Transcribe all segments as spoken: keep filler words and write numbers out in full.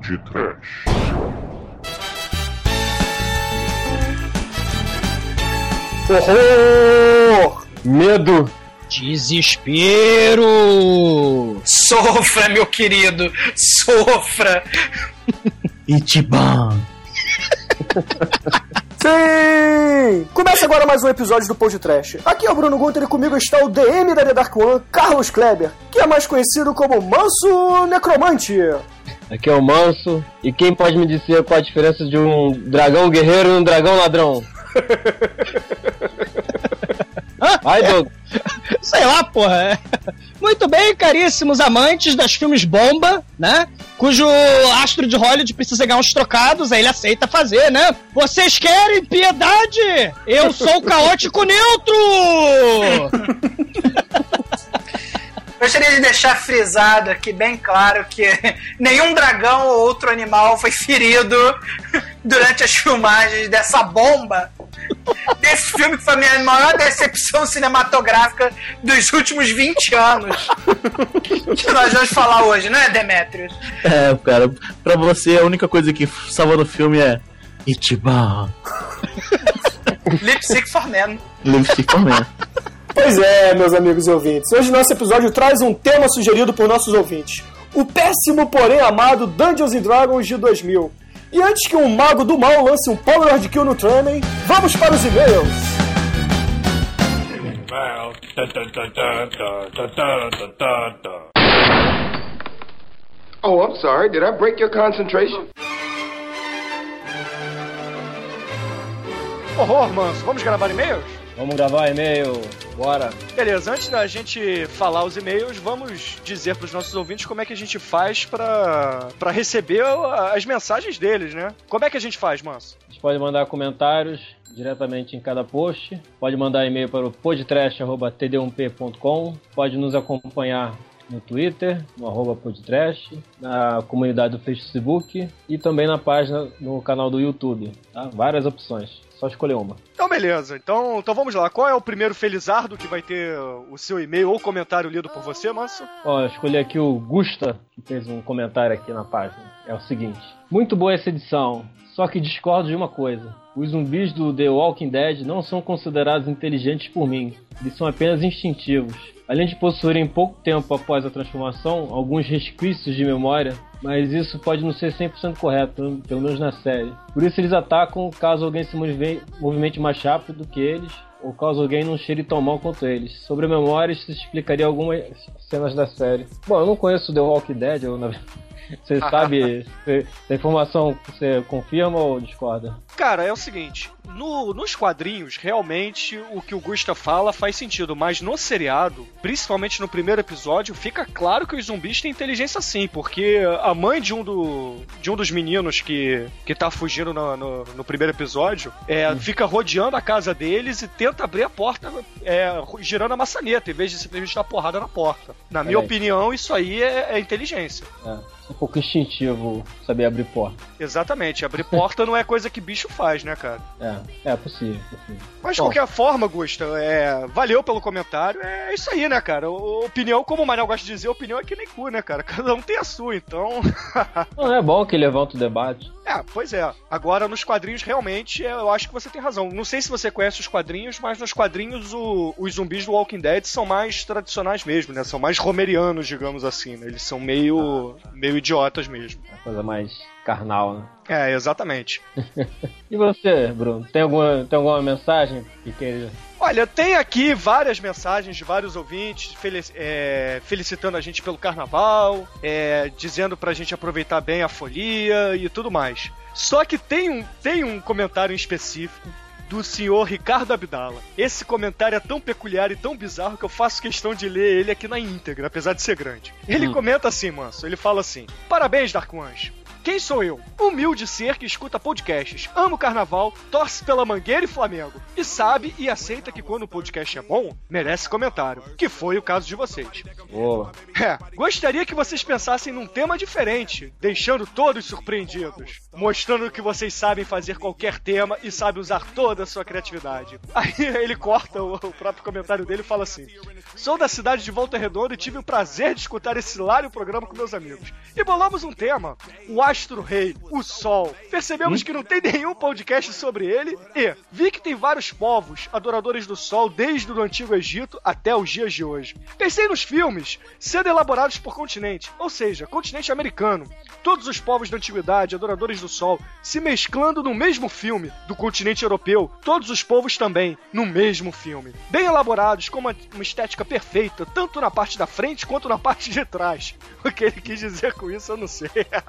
Podtrash. Horror! Medo! Desespero! Sofra, meu querido! Sofra! Ichiban! Sim! Começa agora mais um episódio do Podtrash. Aqui é o Bruno Gunter e comigo está o D M da The Dark One, Carlos Kleber, que é mais conhecido como Manso Necromante. Aqui é o Manso, e quem pode me dizer qual a diferença de um dragão guerreiro e um dragão ladrão? Vai, Doug. Sei lá, porra. É. Muito bem, caríssimos amantes das filmes bomba, né? Cujo astro de Hollywood precisa ganhar uns trocados, aí ele aceita fazer, né? Vocês querem piedade? Eu sou o caótico neutro! Gostaria de deixar frisado aqui bem claro que nenhum dragão ou outro animal foi ferido durante as filmagens dessa bomba, desse filme que foi a minha maior decepção cinematográfica dos últimos vinte anos. Que nós vamos falar hoje, não é, Demetrius? É, cara, pra você a única coisa que salva no filme é Ichiban. Lipstick for Men. Lipstick for Men. Pois é, meus amigos e ouvintes. Hoje nosso episódio traz um tema sugerido por nossos ouvintes. O péssimo, porém amado Dungeons and Dragons de dois mil. E antes que um mago do mal lance um Power Kill no Tremem, vamos para os e-mails. Oh, I'm sorry. Did I break your concentration? Horror, Manso. Vamos gravar e-mails? Vamos gravar e-mail, bora. Beleza, antes da gente falar os e-mails, vamos dizer para os nossos ouvintes como é que a gente faz para para receber as mensagens deles, né? Como é que a gente faz, Manso? A gente pode mandar comentários diretamente em cada post, pode mandar e-mail para o podtrash arroba t d um p ponto com, pode nos acompanhar no Twitter, no arroba podtrash, na comunidade do Facebook e também na página, no canal do YouTube, tá? Várias opções. Só escolher uma. Então, beleza. Então, então vamos lá. Qual é o primeiro felizardo que vai ter o seu e-mail ou comentário lido por você, Manso? Ó, eu escolhi aqui o Gusta, que fez um comentário aqui na página. É o seguinte. Muito boa essa edição, só que discordo de uma coisa. Os zumbis do The Walking Dead não são considerados inteligentes por mim. Eles são apenas instintivos. Além de possuírem pouco tempo após a transformação, alguns resquícios de memória, mas isso pode não ser cem por cento correto, pelo menos na série. Por isso eles atacam caso alguém se movimente mais rápido do que eles, ou caso alguém não cheire tão mal quanto eles. Sobre a memória, isso explicaria algumas cenas da série. Bom, eu não conheço The Walking Dead, eu, na... você sabe, essa informação você confirma ou discorda? Cara, é o seguinte, no, nos quadrinhos, realmente, o que o Gusta fala faz sentido, mas no seriado, principalmente no primeiro episódio, fica claro que os zumbis têm inteligência sim, porque a mãe de um, do, de um dos meninos que, que tá fugindo no, no, no primeiro episódio, é, hum. fica rodeando a casa deles e tenta abrir a porta, é, girando a maçaneta, em vez de simplesmente dar porrada na porta. Na minha é. opinião, isso aí é, é inteligência. É. É um pouco instintivo saber abrir porta. Exatamente, abrir porta não é coisa que bicho faz, né, cara? É, é possível. É possível. Mas de Bom. qualquer forma, Gusta, é, valeu pelo comentário, é isso aí, né, cara? O, opinião, como o Manel gosta de dizer, opinião é que nem cu, né, cara? Cada um tem a sua, então... Não, é bom que levanta o debate. É, pois é. Agora, nos quadrinhos, realmente, eu acho que você tem razão. Não sei se você conhece os quadrinhos, mas nos quadrinhos o, os zumbis do Walking Dead são mais tradicionais mesmo, né? São mais romerianos, digamos assim, né? Eles são meio, meio idiotas mesmo. É coisa mais carnal, né? É, exatamente. E você, Bruno? Tem alguma, tem alguma mensagem que queira... Olha, tem aqui várias mensagens de vários ouvintes felic- é, felicitando a gente pelo carnaval, é, dizendo pra gente aproveitar bem a folia e tudo mais. Só que tem um, tem um comentário em específico do senhor Ricardo Abdala. Esse comentário é tão peculiar e tão bizarro que eu faço questão de ler ele aqui na íntegra, apesar de ser grande. Ele hum. comenta assim, Manso, ele fala assim: parabéns, Dark Ones. Quem sou eu? Humilde ser que escuta podcasts, ama o carnaval, torce pela Mangueira e Flamengo, e sabe e aceita que quando o podcast é bom, merece comentário, que foi o caso de vocês. Oh. É, gostaria que vocês pensassem num tema diferente, deixando todos surpreendidos, mostrando que vocês sabem fazer qualquer tema e sabem usar toda a sua criatividade. Aí ele corta o, o próprio comentário dele e fala assim: Sou da cidade de Volta Redonda e tive o prazer de escutar esse hilário programa com meus amigos. E bolamos um tema, o Astro Rei, o Sol. Percebemos hum? que não tem nenhum podcast sobre ele e vi que tem vários povos adoradores do Sol desde o Antigo Egito até os dias de hoje. Pensei nos filmes sendo elaborados por continente, ou seja, continente americano. Todos os povos da antiguidade, adoradores do Sol, se mesclando no mesmo filme do continente europeu, todos os povos também no mesmo filme. Bem elaborados, com uma, uma estética perfeita, tanto na parte da frente quanto na parte de trás. O que ele quis dizer com isso eu não sei.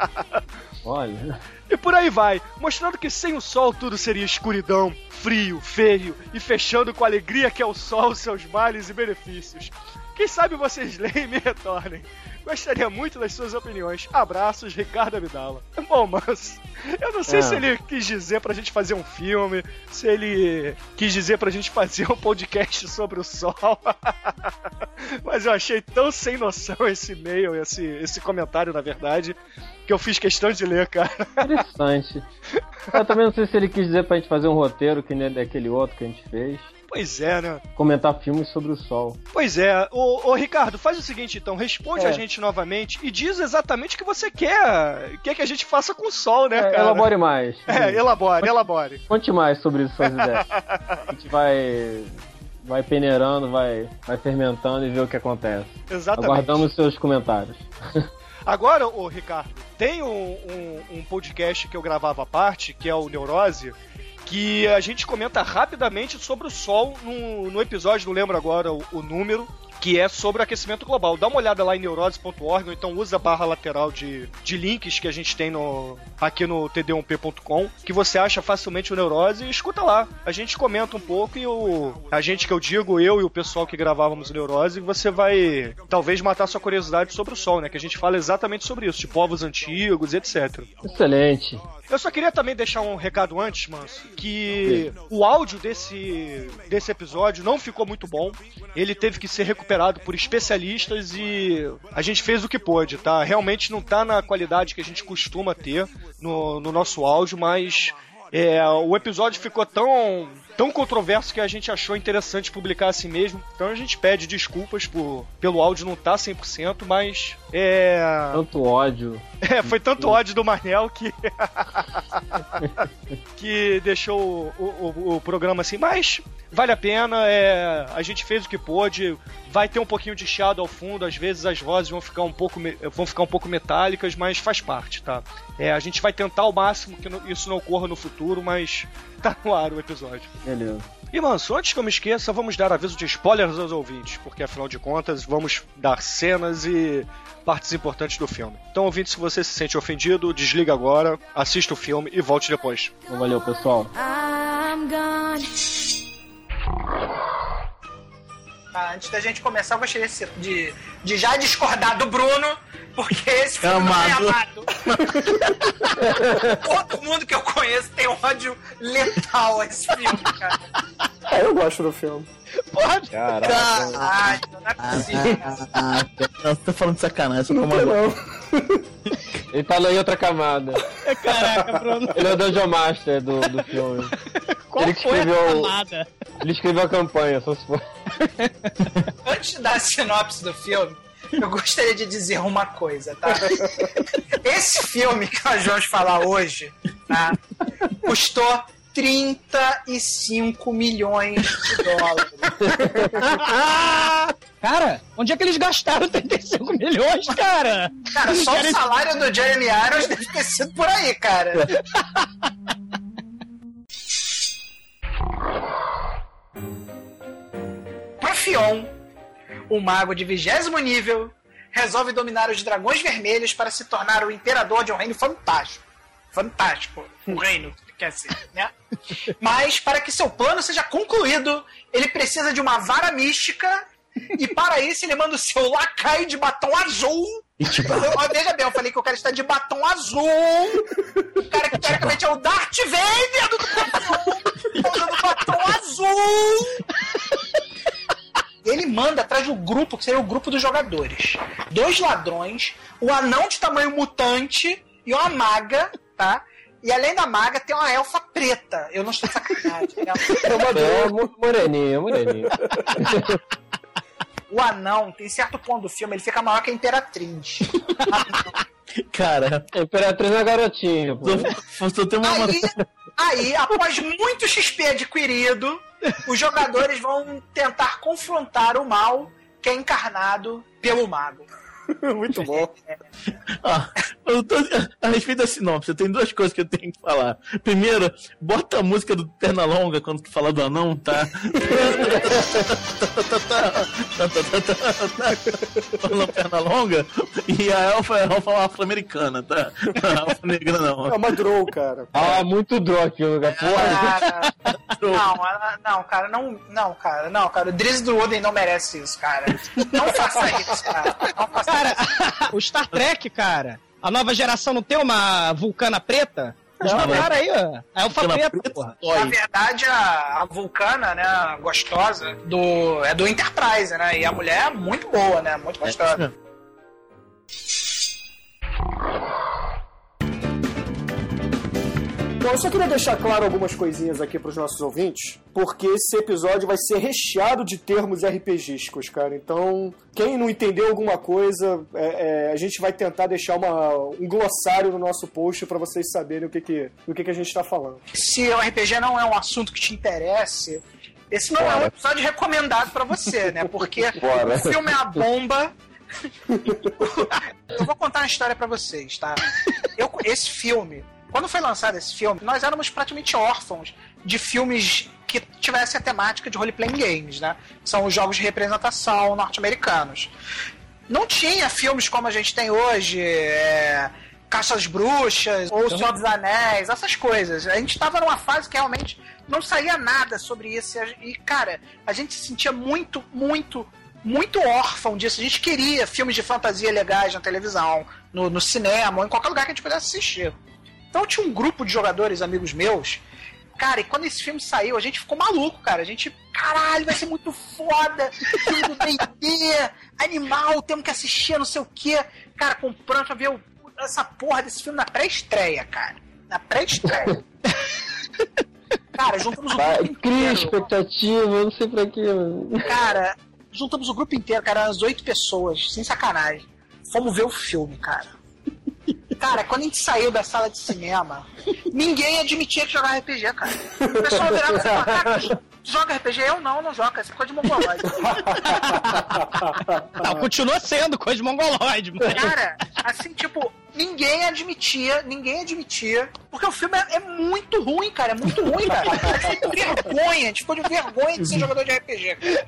Olha... E por aí vai, mostrando que sem o sol tudo seria escuridão, frio, feio, e fechando com a alegria que é o sol seus males e benefícios. Quem sabe vocês leem e me retornem. Gostaria muito das suas opiniões. Abraços, Ricardo Abdala. Bom, mas eu não sei é. se ele quis dizer pra gente fazer um filme, se ele quis dizer pra gente fazer um podcast sobre o sol. Mas eu achei tão sem noção esse e-mail, esse, esse comentário, na verdade, que eu fiz questão de ler, cara. Interessante. Eu também não sei se ele quis dizer pra gente fazer um roteiro que nem daquele outro que a gente fez. Pois é, né? Comentar filmes sobre o sol. Pois é. Ô, ô Ricardo, faz o seguinte, então. Responde é. a gente novamente e diz exatamente o que você quer. Quer que a gente faça com o sol, né, é, cara? Elabore mais. É, elabore, elabore. Conte mais sobre suas ideias. A gente vai... vai peneirando, vai, vai fermentando e ver o que acontece. Exatamente. Aguardamos seus comentários. Agora, ô Ricardo, tem um, um, um podcast que eu gravava à parte, que é o Neurose, que a gente comenta rapidamente sobre o Sol no, no episódio, não lembro agora o, o número, que é sobre o aquecimento global. Dá uma olhada lá em neurose ponto org, ou então usa a barra lateral de, de links que a gente tem no, aqui no t d um p ponto com, que você acha facilmente o Neurose, e escuta lá. A gente comenta um pouco e o, a gente que eu digo, eu e o pessoal que gravávamos o Neurose, você vai talvez matar sua curiosidade sobre o Sol, né? Que a gente fala exatamente sobre isso, de povos antigos, etcétera. Excelente. Eu só queria também deixar um recado antes, Manso, que o áudio desse, desse episódio não ficou muito bom. Ele teve que ser recuperado por especialistas e a gente fez o que pôde, tá? Realmente não tá na qualidade que a gente costuma ter no, no nosso áudio, mas é, o episódio ficou tão, tão controverso que a gente achou interessante publicar assim mesmo. Então a gente pede desculpas por, pelo áudio não estar cem por cento, mas... É... Tanto ódio. É, foi tanto ódio do Manel que... que deixou o, o, o programa assim, mas vale a pena, é, a gente fez o que pôde, vai ter um pouquinho de chiado ao fundo, às vezes as vozes vão ficar um pouco, vão ficar um pouco metálicas, mas faz parte, tá? É, a gente vai tentar ao máximo que isso não ocorra no futuro, mas tá no ar o episódio. Beleza. E, Manso, antes que eu me esqueça, vamos dar aviso de spoilers aos ouvintes, porque afinal de contas vamos dar cenas e partes importantes do filme. Então, ouvinte, se você se sente ofendido, desliga agora, assista o filme e volte depois. Valeu, pessoal. I'm gone. Tá, antes da gente começar, eu gostaria de, de já discordar do Bruno, porque esse filme não é amado. Todo mundo que eu conheço tem um ódio letal a esse filme, cara. É, eu gosto do filme. Pode? Caraca. Caralho, não é possível. Ah, você tá falando de sacanagem, não como tem não. Ele tá em outra camada. Caraca, Bruno. Ele é o Dungeon Master do, do filme. Qual ele que foi escreveu, a camada? Ele escreveu a campanha, só se for. Antes de dar a sinopse do filme, eu gostaria de dizer uma coisa, tá? Esse filme que nós vamos falar hoje, tá? Custou trinta e cinco milhões de dólares. Cara, onde é que eles gastaram trinta e cinco milhões, cara? Cara, Eles só querem- o salário do Jeremy Irons deve ter sido por aí, cara. Profion, o mago de vigésimo nível, resolve dominar os dragões vermelhos para se tornar o imperador de um reino fantástico. Fantástico, o reino, quer dizer, né? Mas, para que seu plano seja concluído, ele precisa de uma vara mística, e para isso ele manda o seu lacaio de batom azul. Ó, veja bem, eu falei que o cara está de batom azul. O cara que teoricamente é o Darth Vader do batom, usando batom azul. Ele manda atrás do grupo, que seria o grupo dos jogadores. Dois ladrões, um anão de tamanho mutante e uma maga, tá? E além da maga, tem uma elfa preta. Eu não estou de sacanagem. É uma é, moreninha, moreninha. o anão, tem certo ponto do filme, ele fica maior que a Imperatriz. Cara, A Imperatriz é uma garotinha, pô. tô, tô, tô uma... Aí, aí, após muito X P adquirido, os jogadores vão tentar confrontar o mal que é encarnado pelo mago. Muito bom. Ah, eu tô, a respeito da sinopse, eu tenho duas coisas que eu tenho que falar. Primeiro, bota a música do Pernalonga quando tu fala do anão, tá? Falando Pernalonga, e a elfa é a elfa afro-americana, tá? A elfa negra não. É uma Drow, cara. Ah, muito droga aquilo, cara. Porra. Cara, não, ela- não, cara, não, não, cara, não, cara, o Drizzy do Oden não merece isso, cara. Não faça isso, cara. Não faça Cara, isso. o Star Trek, cara, a nova geração não tem uma vulcana preta? Eles Não, botaram aí, ó. A elfa Vulcana preta, preta, porra. dói. Na verdade, a, a Vulcana, né, a gostosa, do, é do Enterprise, né, e a mulher é muito boa, né, muito gostosa. Bom, eu só queria deixar claro algumas coisinhas aqui pros nossos ouvintes, porque esse episódio vai ser recheado de termos RPGísticos, cara. Então, quem não entendeu alguma coisa, é, é, a gente vai tentar deixar uma, um glossário no nosso post pra vocês saberem o que, que, o que, que a gente tá falando. Se o R P G não é um assunto que te interesse, esse não é um episódio recomendado pra você, né, porque o filme é a bomba. Eu vou contar uma história pra vocês, tá? Eu, esse filme, quando foi lançado esse filme, nós éramos praticamente órfãos de filmes que tivessem a temática de role-playing games, né? São os jogos de representação norte-americanos. Não tinha filmes como a gente tem hoje, é, Caça às Bruxas, ou O Senhor dos Anéis, essas coisas. A gente tava numa fase que realmente não saía nada sobre isso. E, cara, a gente se sentia muito, muito, muito órfão disso. A gente queria filmes de fantasia legais na televisão, no, no cinema, ou em qualquer lugar que a gente pudesse assistir. Então tinha um grupo de jogadores, amigos meus, cara, e quando esse filme saiu, a gente ficou maluco, cara. A gente, caralho, vai ser muito foda, filme do D e D, animal, temos que assistir, não sei o quê. Cara, comprando pra ver o, essa porra desse filme na pré-estreia, cara. Na pré-estreia. Cara, juntamos o Vai, grupo cria inteiro. expectativa, eu não sei pra quê, mano. Cara, juntamos o grupo inteiro, cara, umas oito pessoas, sem sacanagem. Fomos ver o filme, cara. Cara, quando a gente saiu da sala de cinema, ninguém admitia que jogava R P G, cara. O pessoal virava e falava, cara, tu joga R P G? Eu não, não jogo, essa coisa de mongoloide. Não, continua sendo coisa de mongoloide, mas... Cara, assim, tipo, ninguém admitia, ninguém admitia, porque o filme é, é muito ruim, cara, é muito ruim, cara. A gente ficou de vergonha, a gente ficou de vergonha de ser jogador de R P G, cara.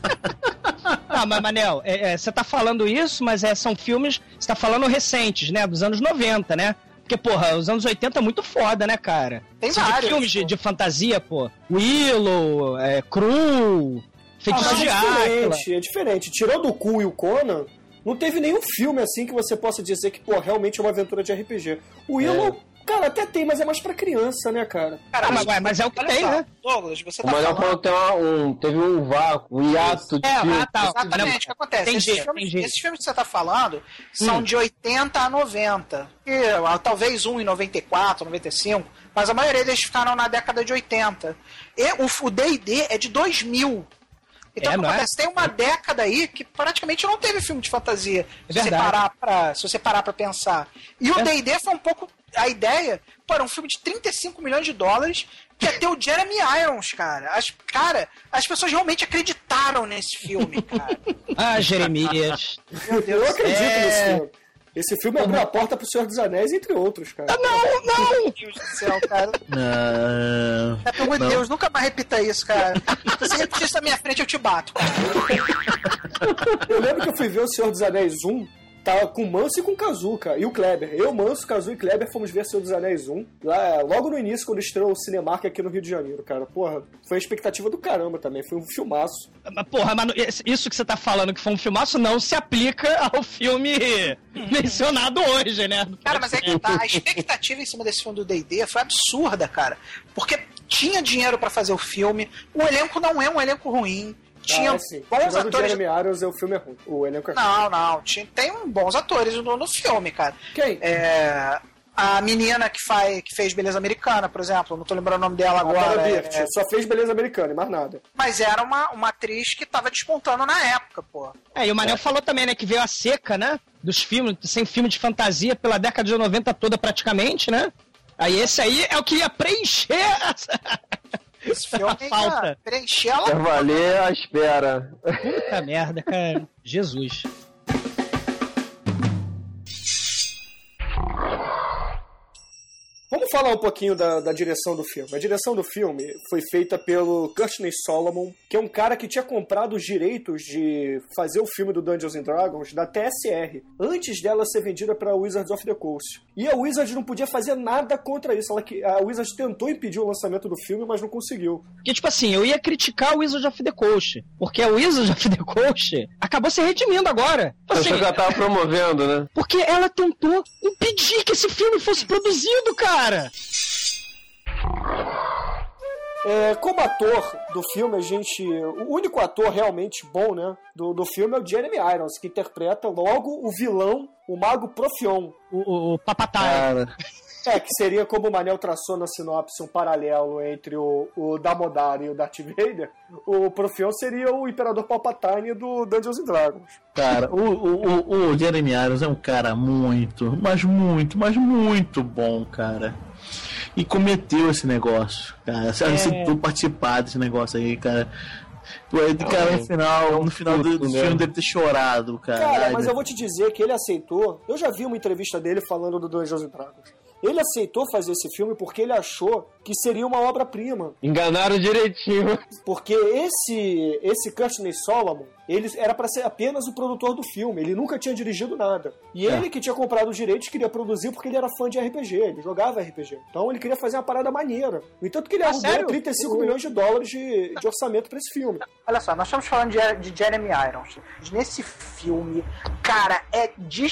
Ah, mas Manel, é, é, você tá falando isso, mas é, são filmes, você tá falando recentes, né, dos anos noventa, né? Porque, porra, os anos oitenta é muito foda, né, cara? Tem Assim, de vários, filmes de, pô. de fantasia, pô. Willow, é, Cru, Ah, Feitiço mas de é Áquila. diferente, é diferente. Tirando o Cu e o Conan, não teve nenhum filme assim que você possa dizer que, pô, realmente é uma aventura de R P G. O Willow, cara, até tem, mas é mais pra criança, né, cara? Cara, Ah, mas, ué, mas é o que olha tem, só, né? Douglas, você O tá Manel falou falando... que tem uma- um, teve um vácuo, um hiato de É, filme. ah, tá. Exatamente, o que acontece? Entendi, esses, filmes, entendi. esses filmes que você tá falando são de oitenta a noventa. E, ah, talvez um em noventa e quatro, noventa e cinco, mas a maioria deles ficaram na década de oitenta. E o D e D é de dois mil. Então, É, o que não é? acontece? Tem uma década aí que praticamente não teve filme de fantasia. É se, você verdade. parar pra, se você parar pra pensar. E o É. D e D foi um pouco a ideia. Pô, era um filme de trinta e cinco milhões de dólares que ia ter o Jeremy Irons, cara. As, cara, as pessoas realmente acreditaram nesse filme, cara. Ah, Jeremias. Meu Deus Eu do céu. acredito É. nesse filme. Esse filme abriu a porta pro Senhor dos Anéis, entre outros, cara. Não, não! Meu Deus do céu, cara. Não. É, pelo amor de Não. Deus, nunca mais repita isso, cara. Se você repetir isso na minha frente, eu te bato, cara. Eu lembro que eu fui ver o Senhor dos Anéis um, tá com o Manso e com o Kazu, cara. E o Kleber. Eu, Manso, Kazu e Kleber fomos ver o Senhor dos Anéis um, lá, logo no início, quando estreou o Cinemark aqui no Rio de Janeiro, cara. Porra, foi a expectativa do caramba também. Foi um filmaço. Mas, porra, mas isso que você tá falando que foi um filmaço não se aplica ao filme mencionado hoje, né? Cara, mas é que tá. A expectativa em cima desse filme do D e D foi absurda, cara. Porque tinha dinheiro pra fazer o filme. O elenco não é um elenco ruim. Tinha Ah, assim, bons tirando o atores. Jeremy Irons, o filme é ruim. O elenco é ruim. Não, não. Tinha, tem um bons atores no, no filme, cara. Quem? É, A menina que, faz, que fez Beleza Americana, por exemplo, não tô lembrando o nome dela agora. É, é... Só fez Beleza Americana e mais nada. Mas era uma, uma atriz que tava despontando na época, pô. É, e o Manel é. falou também, né, que veio a seca, né, dos filmes, sem filme de fantasia pela década de noventa toda praticamente, né? Aí esse aí é o que ia preencher essa... Esse filme falta. Preencher ela. Vai valer a espera. Puta merda, cara. Jesus. Vamos falar um pouquinho da, da direção do filme. A direção do filme foi feita pelo Courtney Solomon, que é um cara que tinha comprado os direitos de fazer o filme do Dungeons and Dragons da T S R, antes dela ser vendida para a Wizards of the Coast. E a Wizards não podia fazer nada contra isso. Ela, a Wizards tentou impedir o lançamento do filme, mas não conseguiu. Porque, tipo assim, eu ia criticar o Wizards of the Coast, porque a Wizards of the Coast acabou se redimindo agora. Assim, assim, que ela tava promovendo, né? Porque ela tentou impedir que esse filme fosse produzido, cara. É, como ator do filme, a gente... O único ator realmente bom, né, do, do filme é o Jeremy Irons, que interpreta logo o vilão, o Mago Profion. O, o, o Papatai. É, que seria, como o Manel traçou na sinopse, um paralelo entre o, o Damodar e o Darth Vader. O Profion seria o Imperador Palpatine do Dungeons and Dragons. Cara, o, o, o Jeremy Irons é um cara muito, mas muito, mas muito bom, cara. E cometeu esse negócio, cara. Você é. participar desse negócio aí, cara. Cara, no final, no final do, do filme deve ter chorado, cara. Cara, mas eu vou te dizer que ele aceitou. Eu já vi uma entrevista dele falando do Dungeons and Dragons. Ele aceitou fazer esse filme porque ele achou que seria uma obra-prima. Enganaram direitinho. Porque esse esse Courtney Solomon, ele era para ser apenas o produtor do filme. Ele nunca tinha dirigido nada. E é. ele que tinha comprado os direitos queria produzir porque ele era fã de R P G. Ele jogava R P G. Então ele queria fazer uma parada maneira. No entanto que ele ah, arrumou trinta e cinco milhões de dólares de, de orçamento para esse filme. Olha só, nós estamos falando de, de Jeremy Irons. Nesse filme, cara, é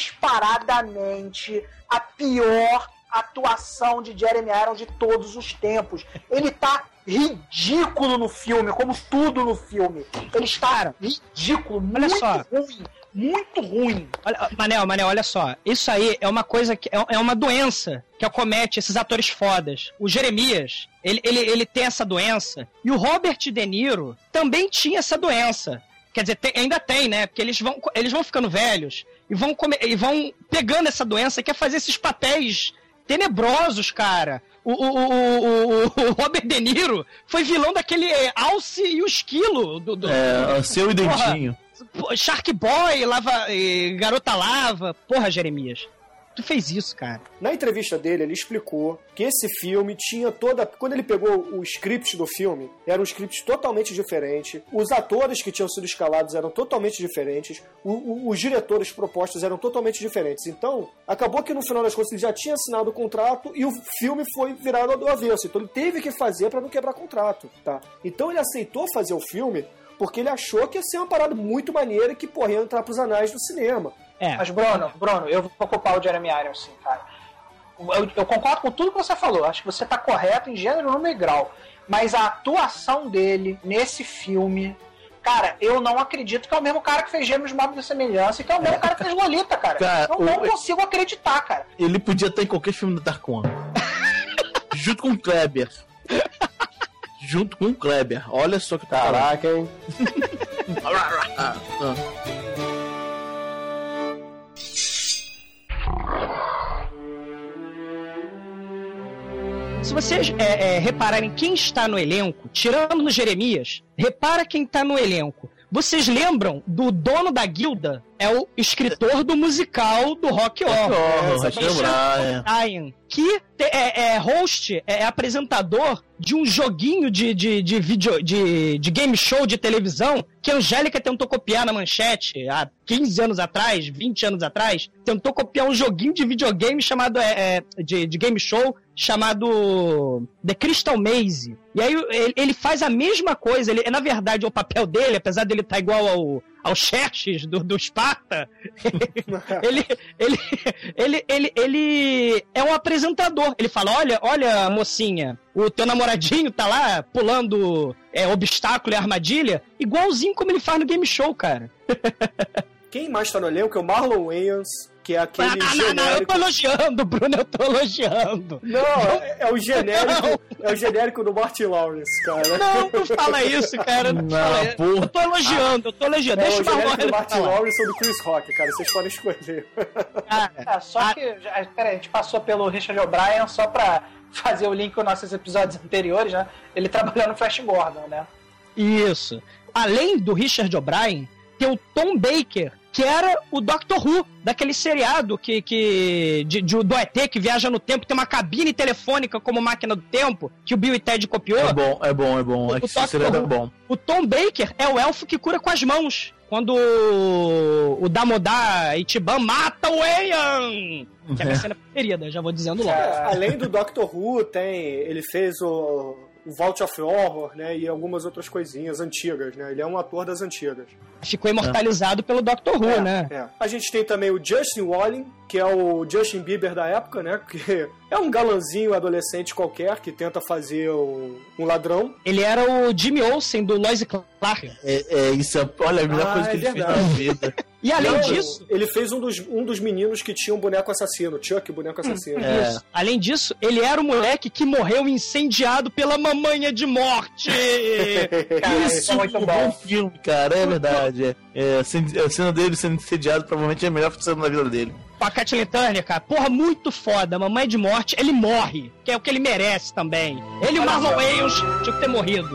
disparadamente a pior atuação de Jeremy Irons de todos os tempos. Ele tá ridículo no filme, como tudo no filme. Ele está ridículo, olha muito só. ruim, muito ruim. Olha, Manel, Manel, olha só. Isso aí é uma coisa que é, é uma doença que acomete esses atores fodas. O Jeremias, ele, ele, ele tem essa doença. E o Robert De Niro também tinha essa doença. Quer dizer, tem, ainda tem, né? Porque eles vão, eles vão ficando velhos e vão, come, e vão pegando essa doença que é fazer esses papéis tenebrosos, cara. O, o, o, o, o Robert De Niro foi vilão daquele Alce e o Esquilo. Do, do, é, do, seu e Dentinho. Shark Boy, lava, Garota Lava. Porra, Jeremias. Tu fez isso, cara. Na entrevista dele, ele explicou que esse filme tinha toda... Quando ele pegou o script do filme, era um script totalmente diferente. Os atores que tinham sido escalados eram totalmente diferentes. O, o, os diretores propostos eram totalmente diferentes. Então, acabou que no final das contas ele já tinha assinado o contrato e o filme foi virado do avesso. Então ele teve que fazer para não quebrar contrato, tá? Então ele aceitou fazer o filme porque ele achou que ia ser uma parada muito maneira que, porra, ia entrar pros anais do cinema. É. Mas, Bruno, Bruno, eu vou ocupar o Jeremy Irons, sim, cara. Eu, eu concordo com tudo que você falou. Acho que você tá correto em gênero, número e grau. Mas a atuação dele nesse filme... Cara, eu não acredito que é o mesmo cara que fez Gêmeos Móveis da Semelhança e que é o mesmo cara que fez Lolita, cara. cara eu não o... consigo acreditar, cara. Ele podia estar em qualquer filme do Darkon. Junto com o Kleber. Junto com o Kleber. Olha só que... Caraca, hein? Se vocês é, é, repararem quem está no elenco, tirando no Jeremias, repara quem está no elenco. Vocês lembram do dono da guilda? É o escritor do musical do Rock Horror. É, que é, é host, é apresentador de um joguinho de, de, de, video, de, de game show de televisão que a Angélica tentou copiar na Manchete há quinze anos atrás, vinte anos atrás. Tentou copiar um joguinho de videogame chamado é, é, de, de game show chamado The Crystal Maze. E aí ele, ele faz a mesma coisa. Ele, na verdade, o papel dele, apesar dele estar igual ao, ao Xerxes do, do Esparta, ele, ele, ele, ele, ele é um apresentador. Ele fala, olha, olha, mocinha, o teu namoradinho tá lá pulando é, obstáculo e armadilha, igualzinho como ele faz no game show, cara. Quem mais tá no elenco é o Marlon Wayans, que que é aquele ah, não, genérico... não, eu tô elogiando, Bruno, eu tô elogiando. Não, é, é o genérico, não. é o genérico do Martin Lawrence, cara. Não, não fala isso, cara. Não, não fala isso. Eu tô elogiando, eu tô elogiando. É Deixa o genérico do falar. Martin Lawrence ou do Chris Rock, cara, vocês podem escolher. Ah, é, só ah. que, peraí, a gente passou pelo Richard O'Brien só pra fazer o link com nossos episódios anteriores, né? Ele trabalhou no Flash Gordon, né? Isso. Além do Richard O'Brien, tem o Tom Baker, que era o Doctor Who, daquele seriado que, que, de, de, do E T que viaja no tempo, tem uma cabine telefônica como máquina do tempo, que o Bill e Ted copiou. É bom, é bom, é bom. O, é que o, seriado é bom. O Tom Baker é o elfo que cura com as mãos. Quando o, o Damodar Ichiban mata o Aeon! Que é a minha cena preferida, já vou dizendo logo. É, além do Doctor Who, tem, ele fez o... o Vault of Horror, né, e algumas outras coisinhas antigas, né, ele é um ator das antigas. Ficou imortalizado é. pelo Doctor Who, é, né? É. A gente tem também o Justin Walling, que é o Justin Bieber da época, né, que é um galanzinho adolescente qualquer, que tenta fazer um, um ladrão. Ele era o Jimmy Olsen do Lois e Clark. É, é isso, é, olha, a melhor ah, coisa que é ele verdade. fez na vida. E além Não, disso... Ele fez um dos, um dos meninos que tinha um boneco assassino, Chuck, o boneco assassino. É. Isso. Além disso, ele era o moleque que morreu incendiado pela mamanha de morte. Cara, isso é muito bom filme, cara, é verdade. É, é, a cena dele sendo incendiado provavelmente é a melhor cena da vida dele. Com a Kathleen Turner, cara, porra, muito foda. Mamãe de morte, ele morre, que é o que ele merece também. Ele e o Marlon Wayans tinham que ter morrido.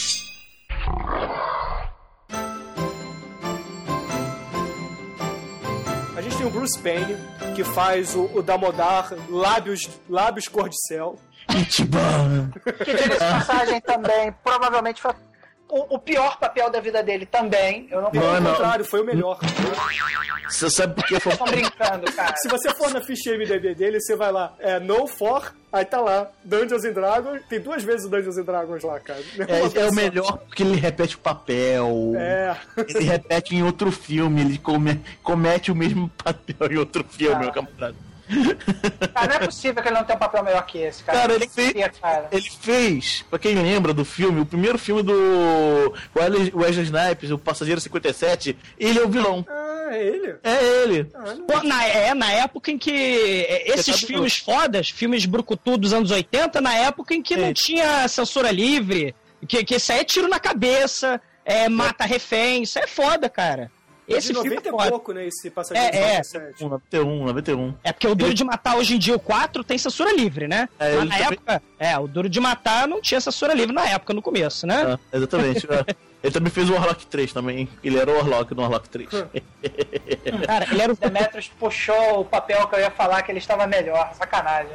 A gente tem o Bruce Payne, que faz o, o Damodar lábios, lábios cor-de-céu. Ichiban! Que diga de passagem também, provavelmente foi o, o pior papel da vida dele também. Eu não Pelo não, contrário, foi o melhor. Você sabe por que foi... Estão brincando, cara. Se você for na ficha M D B dele, você vai lá, é No For, aí tá lá, Dungeons and Dragons, tem duas vezes o Dungeons and Dragons lá, cara. É, é o melhor porque ele repete o papel. É. Ele repete em outro filme, ele come, comete o mesmo papel em outro filme, ah. meu camarada. Cara, não é possível que ele não tenha um papel melhor que esse, cara. Cara, ele fez, cara. ele fez, pra quem lembra do filme, o primeiro filme do Wesley Snipes, o Passageiro cinquenta e sete, ele é o vilão. Ah, é ele? É ele. Ah, Pô, na, é, na época em que esses filmes fodas, filmes brucutu dos anos oitenta, na época em que é. não tinha censura livre, que, que isso aí é tiro na cabeça, é, mata é. refém, isso é foda, cara. Esse de noventa filme é e pouco, né? Esse Passageiro é, é. noventa e um, noventa e um. É porque o Duro de Matar hoje em dia, o quatro, tem censura livre, né? É, Mas na também... época, é, o Duro de Matar não tinha censura livre na época, no começo, né? Ah, exatamente. Ele também fez o Warlock três também. Ele era o Warlock no Warlock três. Cara, ele era o... Demetrius puxou o papel que eu ia falar que ele estava melhor. Sacanagem.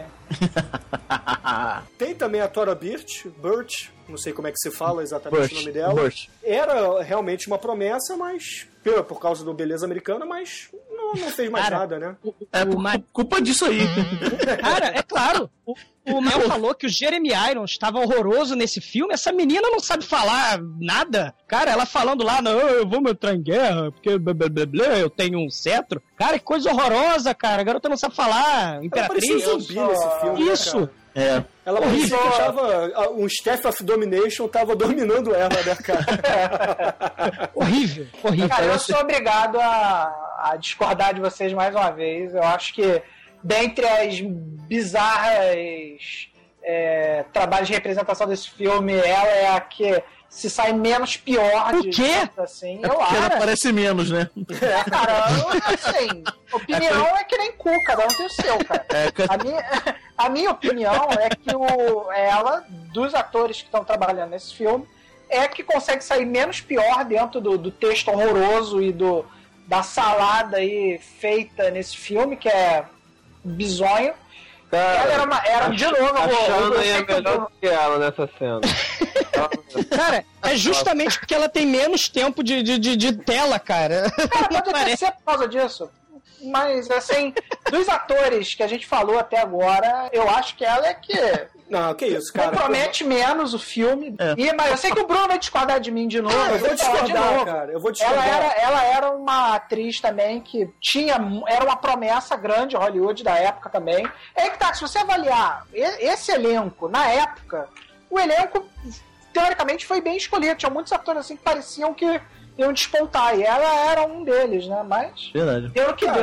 Tem também a Thora Birch, Birch, não sei como é que se fala exatamente Birch, o nome dela. Birch. Era realmente uma promessa, mas por causa do Beleza Americana, mas não, não fez mais Cara, nada, né? O, o, é por Ma... culpa disso aí. Cara, é claro. O, o Mel falou que o Jeremy Irons estava horroroso nesse filme. Essa menina não sabe falar nada. Cara, ela falando lá, não, eu vou entrar em guerra, porque blá, blá, blá, blá, eu tenho um cetro. Cara, que coisa horrorosa, cara. A garota não sabe falar. Imperatriz. Ela parecia um zumbi nesse filme, Isso. Né, É. Ela parecia que tava, um Staff of Domination tava dominando ela, né, cara? Horrível, horrível. Cara, eu sou obrigado a, a discordar de vocês mais uma vez. Eu acho que dentre as bizarras é, trabalhos de representação desse filme, ela é a que se sai menos pior. O de quê? Assim, é eu porque acho. ela parece menos, né? É, cara, assim, opinião é, é que nem cu, cada um tem o seu, cara. É, a, minha, a minha opinião é que o, ela, dos atores que estão trabalhando nesse filme, é que consegue sair menos pior dentro do, do texto horroroso e do, da salada aí feita nesse filme, que é bizonho. Cara, ela era, uma, era de novo, a Shana é melhor que ela nessa cena. Cara, é justamente porque ela tem menos tempo de, de, de, de tela, cara. Cara, pode até ser por causa disso. Mas, assim, dos atores que a gente falou até agora, eu acho que ela é que... Não, que isso, cara. Compromete menos o filme. É. E, mas eu sei que o Bruno vai discordar de mim de novo. Ah, eu vou discordar, de novo. cara. Eu vou discordar. Ela era, ela era uma atriz também que tinha... Era uma promessa grande Hollywood da época também. É que tá, se você avaliar esse elenco, na época, o elenco, teoricamente, foi bem escolhido. Tinha muitos atores assim que pareciam que iam despontar. E ela era um deles, né? Mas... Verdade. Deu o que cara, deu.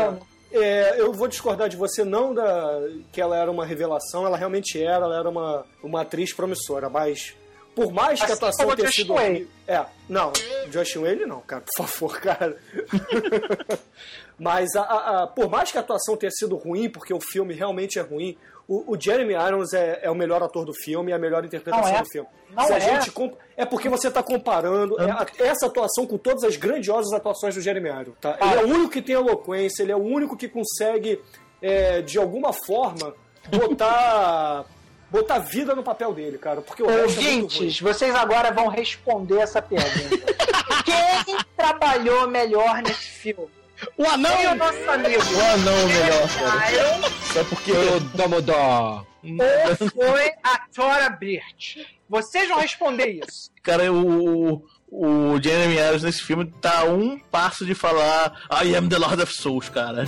é, eu vou discordar de você, não da, que ela era uma revelação, ela realmente era, ela era uma, uma atriz promissora, mas por mais que assim a atuação tenha sido ruim... É, não, Josh Whale não, cara, por favor, cara. Mas a, a, a, por mais que a atuação tenha sido ruim, porque o filme realmente é ruim, o, o Jeremy Irons é, é o melhor ator do filme, é a melhor interpretação é. do filme. Não Se a é. gente comp... É porque você está comparando essa atuação com todas as grandiosas atuações do Jeremy Irons. Tá? Ele é o único que tem eloquência, ele é o único que consegue, é, de alguma forma, botar... botar vida no papel dele, cara. Porque o resto é muito ruim. Ouvintes, vocês agora vão responder essa pergunta. Quem trabalhou melhor nesse filme? O anão! Quem é o nosso amigo? O anão melhor, cara. Irons Só porque Eu Damodar. ou foi a Thora Birch? Vocês vão responder isso. Cara, o, o Jeremy Irons nesse filme tá a um passo de falar I am the Lord of Souls, cara.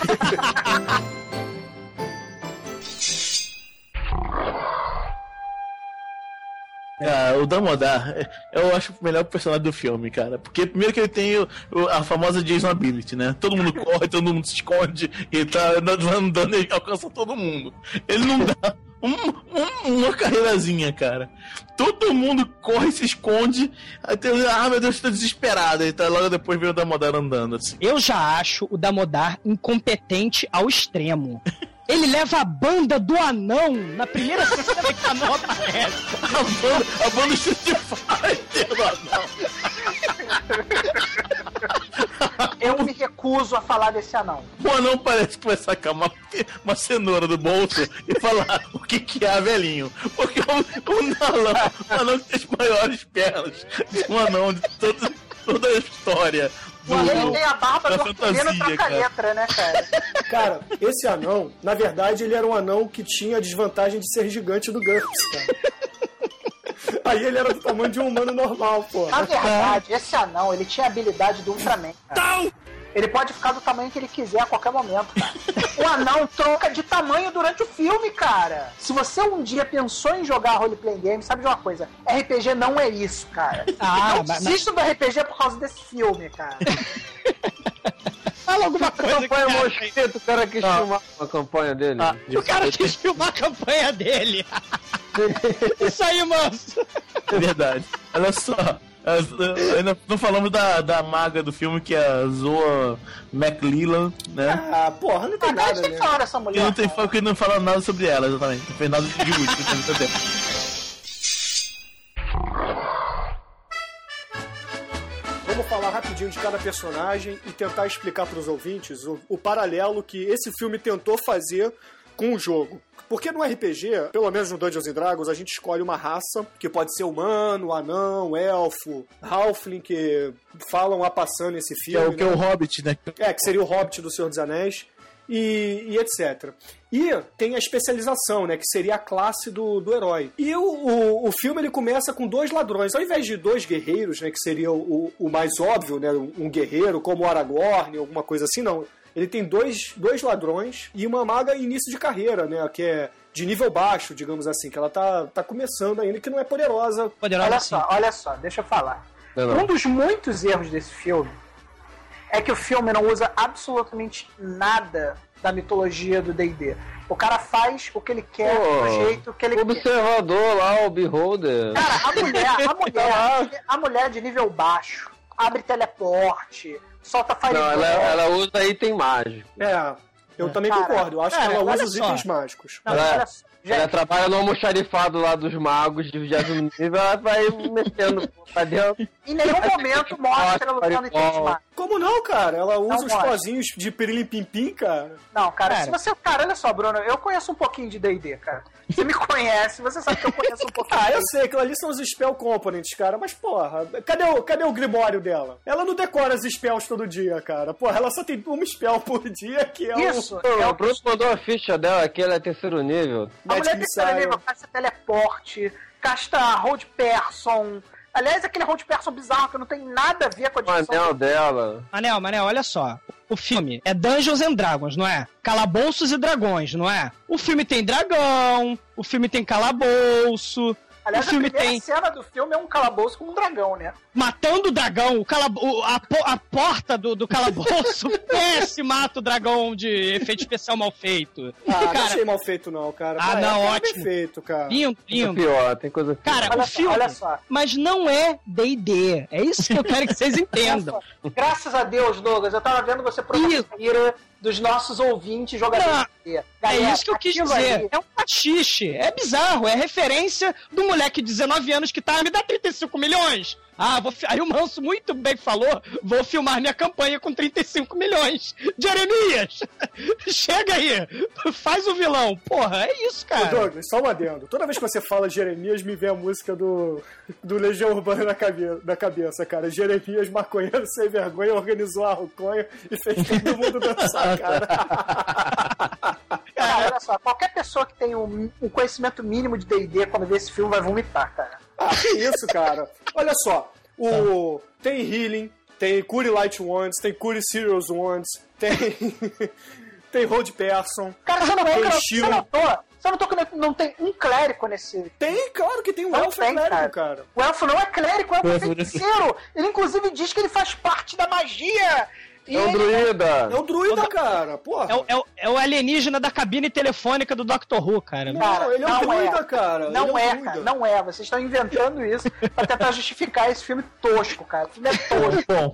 Ah, o Damodar, eu acho o melhor personagem do filme, cara. Porque primeiro que ele tem o, o, a famosa Jason Ability, né? Todo mundo corre, todo mundo se esconde, e ele tá andando e alcança todo mundo. Ele não dá um, um, uma carreirazinha, cara. Todo mundo corre e se esconde, aí tem, ah, meu Deus, tô desesperado. E tá logo depois vem o Damodar andando, assim. Eu já acho o Damodar incompetente ao extremo. Ele leva a banda do anão na primeira cena que o anão aparece. A banda, a banda Street Fighter do anão. Eu me recuso a falar desse anão. O anão parece que vai sacar uma, uma cenoura do bolso e falar o que, que é velhinho. Porque o, o, anão, o anão que tem as maiores pernas de um anão de toda, toda a história. O anão tem a barba da do Arthurino fantasia, troca-letra, né, cara? Cara, esse anão, na verdade, ele era um anão que tinha a desvantagem de ser gigante do GURPS, cara. Aí ele era do tamanho de um humano normal, pô. Na verdade, esse anão, ele tinha a habilidade do Ultraman, cara. Ele pode ficar do tamanho que ele quiser a qualquer momento, cara. O anão troca de tamanho durante o filme, cara. Se você um dia pensou em jogar roleplay game, sabe de uma coisa? R P G não é isso, cara. Ah, não mas- desista do R P G por causa desse filme, cara. Fala alguma coisa que Campanha você acha. Mosquito, o cara quis filmar a campanha dele. Ah, O cara quis filmar a campanha dele. Isso aí, moço. É verdade. Olha só. as- Ainda não falamos da, da maga do filme, que é a Zoa McLellan, né? Ah, porra, não tem Ah, cara, a nada, gente tem né? que falar dessa Que mulher. não tem cara. que não fala nada sobre ela, exatamente. Não fez nada de útil no seu tempo. Vamos falar rapidinho de cada personagem e tentar explicar para os ouvintes o, o paralelo que esse filme tentou fazer com o jogo. Porque no R P G, pelo menos no Dungeons and Dragons, a gente escolhe uma raça que pode ser humano, anão, elfo, halfling, que falam a passando esse Que é filme. o que é né? o Hobbit, né? É, que seria o Hobbit do Senhor dos Anéis. E, e etcétera. E tem a especialização, né, que seria a classe do, do herói. E o, o, o filme ele começa com dois ladrões. Ao invés de dois guerreiros, né, que seria o, o mais óbvio, né, um guerreiro como o Aragorn, alguma coisa assim, não. Ele tem dois, dois ladrões e uma maga em início de carreira, né, que é de nível baixo, digamos assim, que ela tá, tá começando ainda, que não é poderosa. Poderosa Olha sim. só, olha só, deixa eu falar. Não, não. Um dos muitos erros desse filme é que o filme não usa absolutamente nada da mitologia do D e D. O cara faz o que ele quer, Pô, do jeito que ele O quer. observador lá, o Beholder. Cara, a mulher, a mulher, a mulher de nível baixo, abre teleporte, solta Não, fireball. ela, ela usa item mágico. É, eu também Cara, concordo. Eu acho cara, que ela usa olha os só. itens mágicos. Não, Ela- olha só. Ela Gente, trabalha no almoxarifado lá dos magos de vigésimo nível, ela vai metendo pra dentro. em nenhum momento mostra ela lutando em Fireball. itens mágicos. Como não, cara? Ela usa Não os mostra. pozinhos de pirilim-pim-pim, cara. Não, cara, Cara. se você. Cara, olha só, Bruno, eu conheço um pouquinho de D e D, cara. Você me conhece, você sabe que eu conheço um pouquinho. Ah, eu sei, aquilo ali são os spell components, cara, mas porra, cadê o, cadê o grimório dela? Ela não decora as spells todo dia, cara. Porra, ela só tem uma spell por dia, que é Isso, o... Pô, é o o Bruno mandou a ficha dela, que ela é terceiro nível. A mulher Magic terceiro Missile. nível casta teleporte, casta hold person. Aliás, aquele hold person bizarro que não tem nada a ver com a O discussão. anel dela. Manel, Manel, olha só. O filme é Dungeons and Dragons, não é? Calabouços e dragões, não é? O filme tem dragão, o filme tem calabouço, Aliás, o filme a primeira tem cena do filme é um calabouço com um dragão, né? matando o dragão, o calab... o- a, po- a porta do, do calabouço, esse mata o dragão de efeito especial mal feito. Ah, não cara, achei mal feito não, cara. Ah, Pô, não, é, ótimo. bem feito, cara. lindo, Coisa lindo. pior, tem coisa pior. Cara, Olha o só, filme, olha só. mas não é D e D. É isso que eu quero que vocês entendam. Graças a Deus, Douglas, eu tava vendo você provar Isso. a ira dos nossos ouvintes jogadores Não, de D e D. É isso que eu quis aquilo dizer. ali- É um pastiche. É bizarro. É referência do moleque de dezenove anos que tá, me dá trinta e cinco milhões. Ah, vou fi... aí o Manso muito bem falou, vou filmar minha campanha com trinta e cinco milhões. Jeremias, chega aí, faz o vilão. Porra, é isso, Ô, cara. Douglas, só um adendo. Toda vez que você fala Jeremias, me vem a música do, do Legião Urbana na, cabe, na cabeça, cara. Jeremias, maconheiro sem vergonha, organizou a roconha e fez todo mundo dançar, cara. Cara, olha só, qualquer pessoa que tem um, um conhecimento mínimo de D e D quando vê esse filme vai vomitar, cara. Ah, que isso, cara. Olha só, o... tem Healing, tem Cure Light Wands, tem Cure Serious Wands, tem... tem Road Person. Cara, você não Tem lembra, você Shield. notou? Você notou que não- não tem um clérigo nesse... Tem, claro que tem um Não elfo tem, clérigo, cara. cara. O elfo não é clérigo, o elfo é Elfo- feiticeiro. Ele inclusive diz que ele faz parte da magia. E É um ele- druida. É o druida, cara. Porra. É o, é, o, é o alienígena da cabine telefônica do doutor Who, cara. Não, Cara, ele é um não druida, é. cara. Não Ele um é, druida. cara, não é. Vocês estão inventando isso pra tentar justificar esse filme tosco, cara. O filme é tosco. Bom,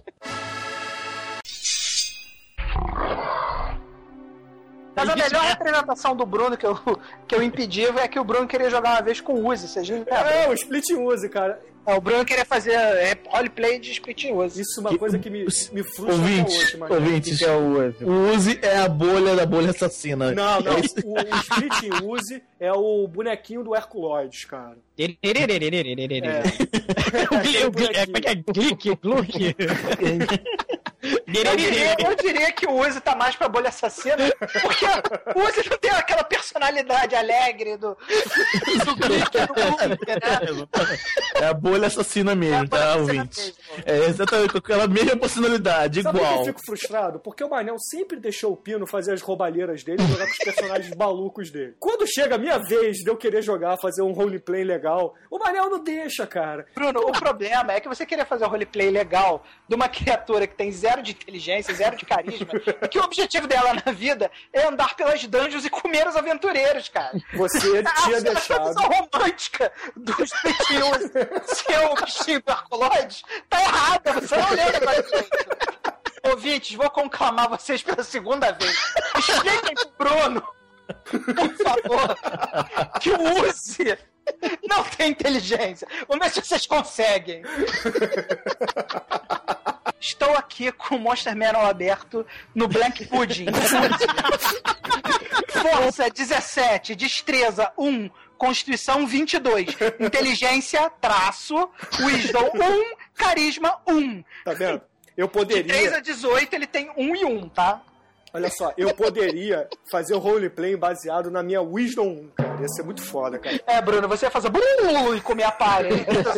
Mas a melhor representação do Bruno que eu, que eu impedi é que o Bruno queria jogar uma vez com o Uzi, vocês não lembram? É, o Split Use, cara. É, o Bruno queria fazer é, roleplay de Split Uzi. Isso é uma coisa que me, me frustra ouvintes, até hoje, mas... ouvintes, Que é o Uzi. o Uzi é a bolha da bolha assassina. Não, não. É isso. O, o Split Use é o bonequinho do Herculoides, cara. É. É, como é que é? Glick, Gluck. Eu diria, eu diria que o Uzi tá mais pra bolha assassina, porque o Uzi não tem aquela personalidade alegre do, do Glick, do Gluck, né? É a bolha assassina mesmo, É a bolha tá, assassina ouvintes? mesmo. É exatamente com aquela mesma personalidade, Sabe por que eu igual. fico frustrado? Porque o Manel sempre deixou o Pino fazer as roubalheiras dele e jogar com os personagens malucos dele. Quando chega a minha vez de eu querer jogar, fazer um roleplay legal, o Manel não deixa, cara. Bruno, o problema é que você queria fazer um roleplay legal de uma criatura que tem zero de inteligência, zero de carisma, e que o objetivo dela na vida é andar pelas dungeons e comer os aventureiros, cara. Você tinha a, deixado... A visão romântica dos pequenos ser o bichinho do Arcoloides tá errada, você não lembra pra gente. Ouvintes, vou conclamar vocês pela segunda vez. Expliquem pro Bruno, por favor, que o Uzi não tem inteligência. Vamos ver se vocês conseguem. Estou aqui com o Monster Manual aberto no Black Pudding. Força dezessete, destreza um, Constituição vinte e dois, inteligência, traço, Wisdom um, carisma um. Tá vendo? Eu De três poderia... a dezoito ele tem um e um, tá? Olha só, eu poderia fazer o roleplay baseado na minha Wisdom um, cara. Ia ser muito foda, cara. É, Bruno, você ia fazer bulu e comer a palha.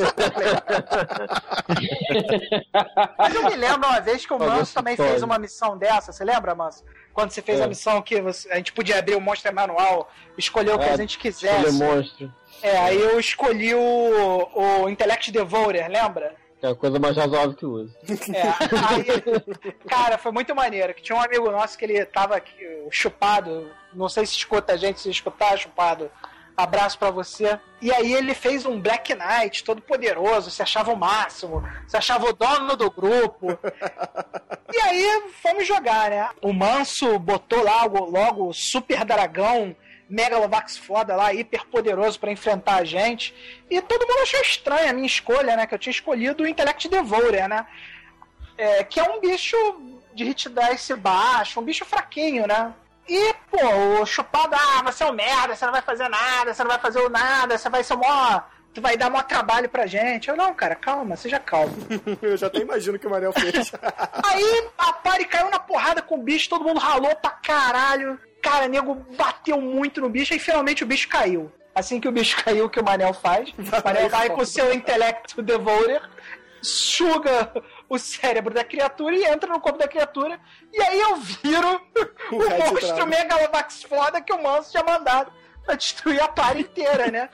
Mas eu me lembro uma vez que o Manso também fez uma missão dessa, você lembra, Manso? Quando você fez É. a missão que você- a gente podia abrir o Monster Manual, escolher o que É, a gente Escolher quisesse. monstro. É, aí eu escolhi o, o Intellect Devourer, lembra? Que é a coisa mais razoável que usa. É, aí, cara, foi muito maneiro, que tinha um amigo nosso que ele tava aqui, o Chupado, não sei se escuta a gente, se escutar, Chupado, abraço pra você. E aí ele fez um Black Knight, todo poderoso, se achava o máximo, se achava o dono do grupo. E aí fomos jogar, né? O Manso botou lá logo o Super Dragão, Megalovax foda lá, hiper poderoso pra enfrentar a gente. E todo mundo achou estranha a minha escolha, né? Que eu tinha escolhido o Intellect Devourer, né? É, que é um bicho de hit dice baixo, um bicho fraquinho, né? E, pô, o Chupado, ah, você é um merda, você não vai fazer nada, você não vai fazer nada, você vai ser mó... Tu vai dar mó trabalho pra gente. Eu, não, cara, calma, seja calmo. Eu já até imagino o que o Manel fez. Aí a party caiu na porrada com o bicho, todo mundo ralou pra caralho. Cara, nego bateu muito no bicho e finalmente o bicho caiu. Assim que o bicho caiu, o que o Manel faz? O Manel vai com o seu intelecto devourer, suga o cérebro da criatura e entra no corpo da criatura. E aí eu viro o, O Red monstro Dragon. Megalovax foda que o Manso tinha mandado pra destruir a par inteira, né?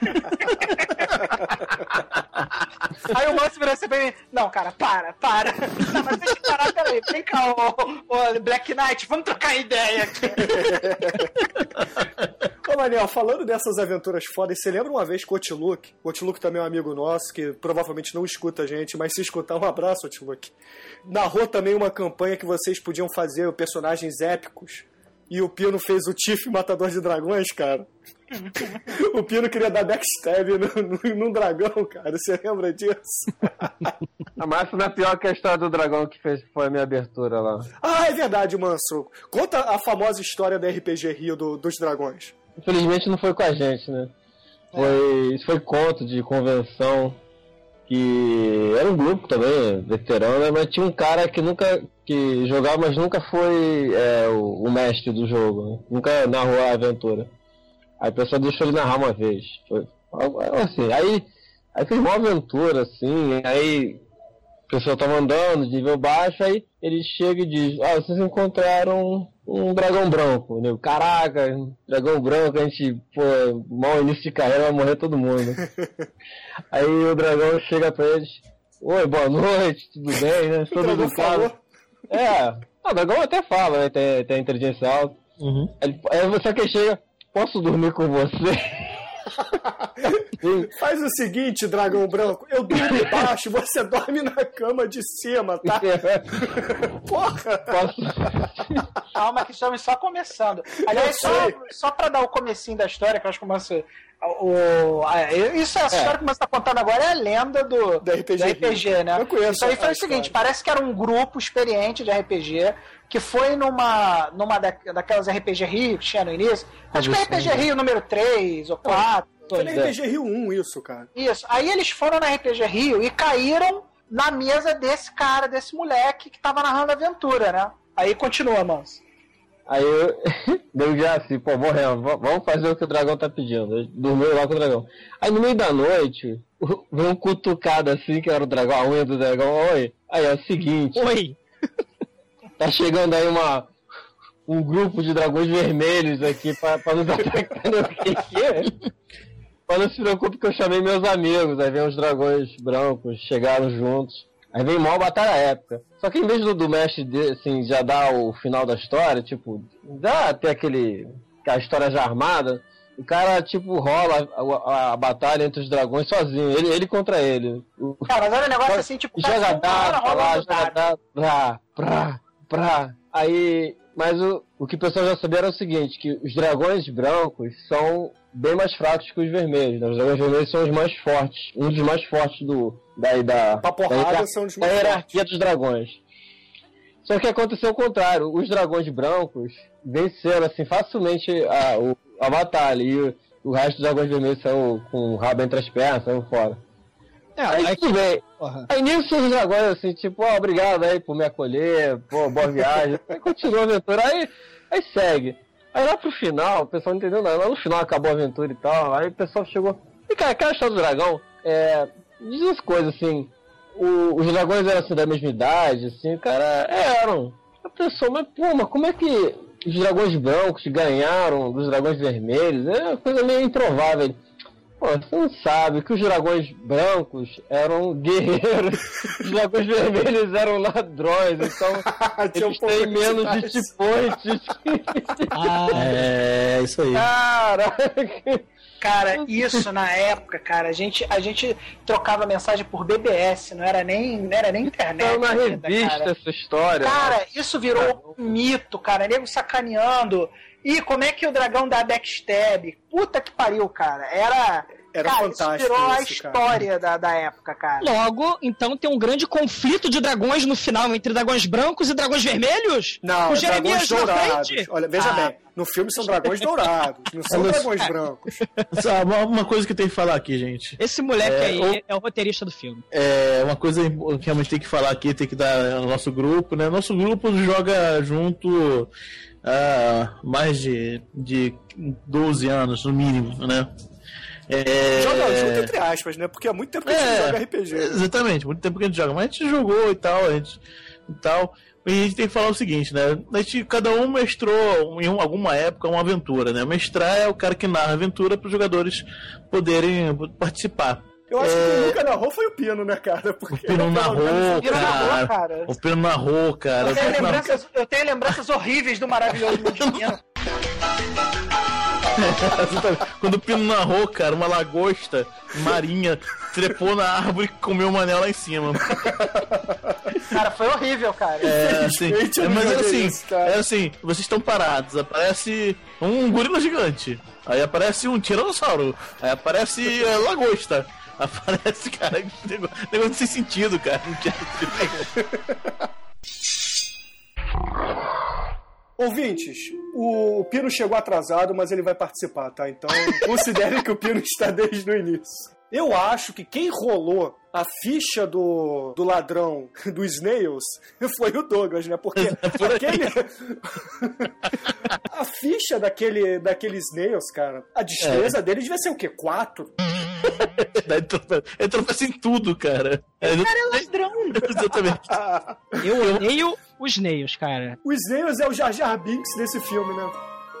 Aí o Manso virou assim pra mim, não, cara, para, para. Não, mas deixa eu parar, peraí, vem cá, ô, ô Black Knight, vamos trocar ideia aqui. Ô, Manel, falando dessas aventuras fodas, você lembra uma vez que o Otiluk, o Otiluk também é um amigo nosso, que provavelmente não escuta a gente, mas se escutar, um abraço, Otiluk. Narrou também uma campanha que vocês podiam fazer personagens épicos, e o Pino fez o Tiff Matador de Dragões, cara. O Pino queria dar backstab num, num dragão, cara. Você lembra disso? A massa não é pior que a história do dragão que fez, foi a minha abertura lá. Ah, é verdade, Manso. Conta a famosa história do R P G Rio do, dos dragões. Infelizmente não foi com a gente, né? Foi, é. Isso foi conto de convenção, que era um grupo também, veterano, né? Mas tinha um cara que nunca que jogava, mas nunca foi é, o, o mestre do jogo, né? Nunca narrou a aventura. Aí o pessoal deixou ele narrar uma vez. Foi assim, aí, aí fez uma aventura, assim, aí o pessoal tava andando de nível baixo, aí ele chega e diz, ah, vocês encontraram um dragão branco, né? Caraca, dragão branco, a gente, pô, mal início de carreira, vai morrer todo mundo. Aí o dragão chega pra eles, oi, boa noite, tudo bem, né? Todo educado. É, o dragão até fala, né? Tem, tem inteligência alta. Uhum. Ele, aí você que chega, posso dormir com você? Faz o seguinte, dragão branco, eu durmo embaixo, você dorme na cama de cima, tá? Porra! Posso... Calma que estamos só começando. Aliás, só, só pra dar o comecinho da história, que eu acho que o Manso... O, a, isso, essa é. história que o Manso tá contando agora é a lenda do, do R P G, do R P G, né? Eu conheço. Isso aí foi o seguinte, parece que era um grupo experiente de R P G que foi numa, numa da, daquelas R P G Rio que tinha no início. Acho que é R P G Rio número três ou quatro. Foi no R P G Rio um isso, cara. Isso. Aí eles foram na R P G Rio e caíram na mesa desse cara, desse moleque que tava narrando a aventura, né? Aí continua, Manso. Aí eu deu já assim, pô, morremos, vamos fazer o que o dragão tá pedindo. Eu dormiu lá com o dragão. Aí no meio da noite, veio um cutucado assim, que era o dragão, a unha do dragão, oi. Aí é o seguinte. Oi. Tá chegando aí uma, um grupo de dragões vermelhos aqui pra, pra nos atacar. O que que é? Mas não se preocupe que eu chamei meus amigos. Aí vem os dragões brancos, chegaram juntos. Aí vem mal batalha épica. Só que em vez do, do mestre de, assim, já dar o final da história, tipo, dá até aquele. a história já armada, o cara, tipo, rola a, a, a batalha entre os dragões sozinho, ele, ele contra ele. O, cara, mas era um negócio assim, tipo, joga dado, lá, joga dado, pra, pra, pra. Aí. Mas o, o que o pessoal já sabia era o seguinte, que os dragões brancos são bem mais fracos que os vermelhos, né? Os dragões vermelhos são os mais fortes, um dos mais fortes do, da, da, da, porrada da, são os mais da hierarquia dos dragões. Só que aconteceu o contrário, os dragões brancos venceram assim, facilmente a, o, a batalha, e o, o resto dos dragões vermelhos saiu com o rabo entre as pernas, saiu fora. É, aí é tudo que... bem. Uhum. Aí nisso os dragões assim, tipo, ó, oh, obrigado aí por me acolher, pô, boa viagem. Aí continua a aventura, aí, aí segue. Aí lá pro final, o pessoal não entendeu nada, lá no final acabou a aventura e tal, aí o pessoal chegou, e cara, aquela história do dragão, é, diz umas coisas assim, o, os dragões eram assim da mesma idade, assim, cara, eram. A pessoa, mas pô, mas como é que os dragões brancos ganharam dos dragões vermelhos? É uma coisa meio improvável. Pô, você não sabe que os dragões brancos eram guerreiros, os dragões vermelhos eram ladrões, então eles um têm menos de hit points. Ah, é, isso aí. Caraca! Cara, isso na época, cara, a gente, a gente trocava mensagem por B B S, não era nem, não era nem internet. Era uma revista cara. Essa história. Cara, né? Isso virou um mito, cara, nego sacaneando. E como é que o dragão dá backstab? Puta que pariu, cara. Era... Era cara, fantástico. Isso virou a isso, história da, da época, cara. Logo, então tem um grande conflito de dragões no final entre dragões brancos e dragões vermelhos? Não, o dragões dourados. Olha, veja ah. bem, no filme são dragões dourados, não são Mas, dragões brancos. Uma, uma coisa que tem que falar aqui, gente. Esse moleque é, aí o, é o roteirista do filme. É, uma coisa que realmente tem que falar aqui, tem que dar ao nosso grupo, né? Nosso grupo joga junto há mais de, de doze anos, no mínimo, né? É... Joga junto entre aspas, né? Porque há muito tempo que a gente é, joga R P G. Exatamente, muito tempo que a gente joga. Mas a gente jogou e tal, a gente, e tal. a gente tem que falar o seguinte, né? A gente, cada um mestrou em alguma época uma aventura, né? Mestrar é o cara que narra a aventura para os jogadores poderem participar. Eu acho é... que quem nunca narrou foi o Pino, né, cara? Porque o Pino narrou, cara. cara. O Pino narrou, cara. Eu tenho, lembranças, eu tenho lembranças horríveis do maravilhoso Mundo de Pino. Quando o Pino narrou, cara, uma lagosta marinha trepou na árvore e comeu o manel lá em cima. Cara, foi horrível, cara. É, assim, é, mas era assim, isso, era assim, vocês estão parados, aparece um gorila gigante, aí aparece um tiranossauro, aí aparece a lagosta, aparece, cara, negócio, negócio sem sentido, cara. Não tinha Ouvintes, o Pino chegou atrasado, mas ele vai participar, tá? Então considerem que o Pino está desde o início. Eu acho que quem rolou a ficha do, do ladrão do Snails foi o Douglas, né? Porque aquele... a ficha daquele, daquele Snails, cara, a destreza é. dele devia ser o quê? Quatro? Ele tropeça em tudo, cara. O cara é ladrão. Exatamente. Eu odeio os Snails, cara. O Snails é o Jar Jar Binks desse filme, né?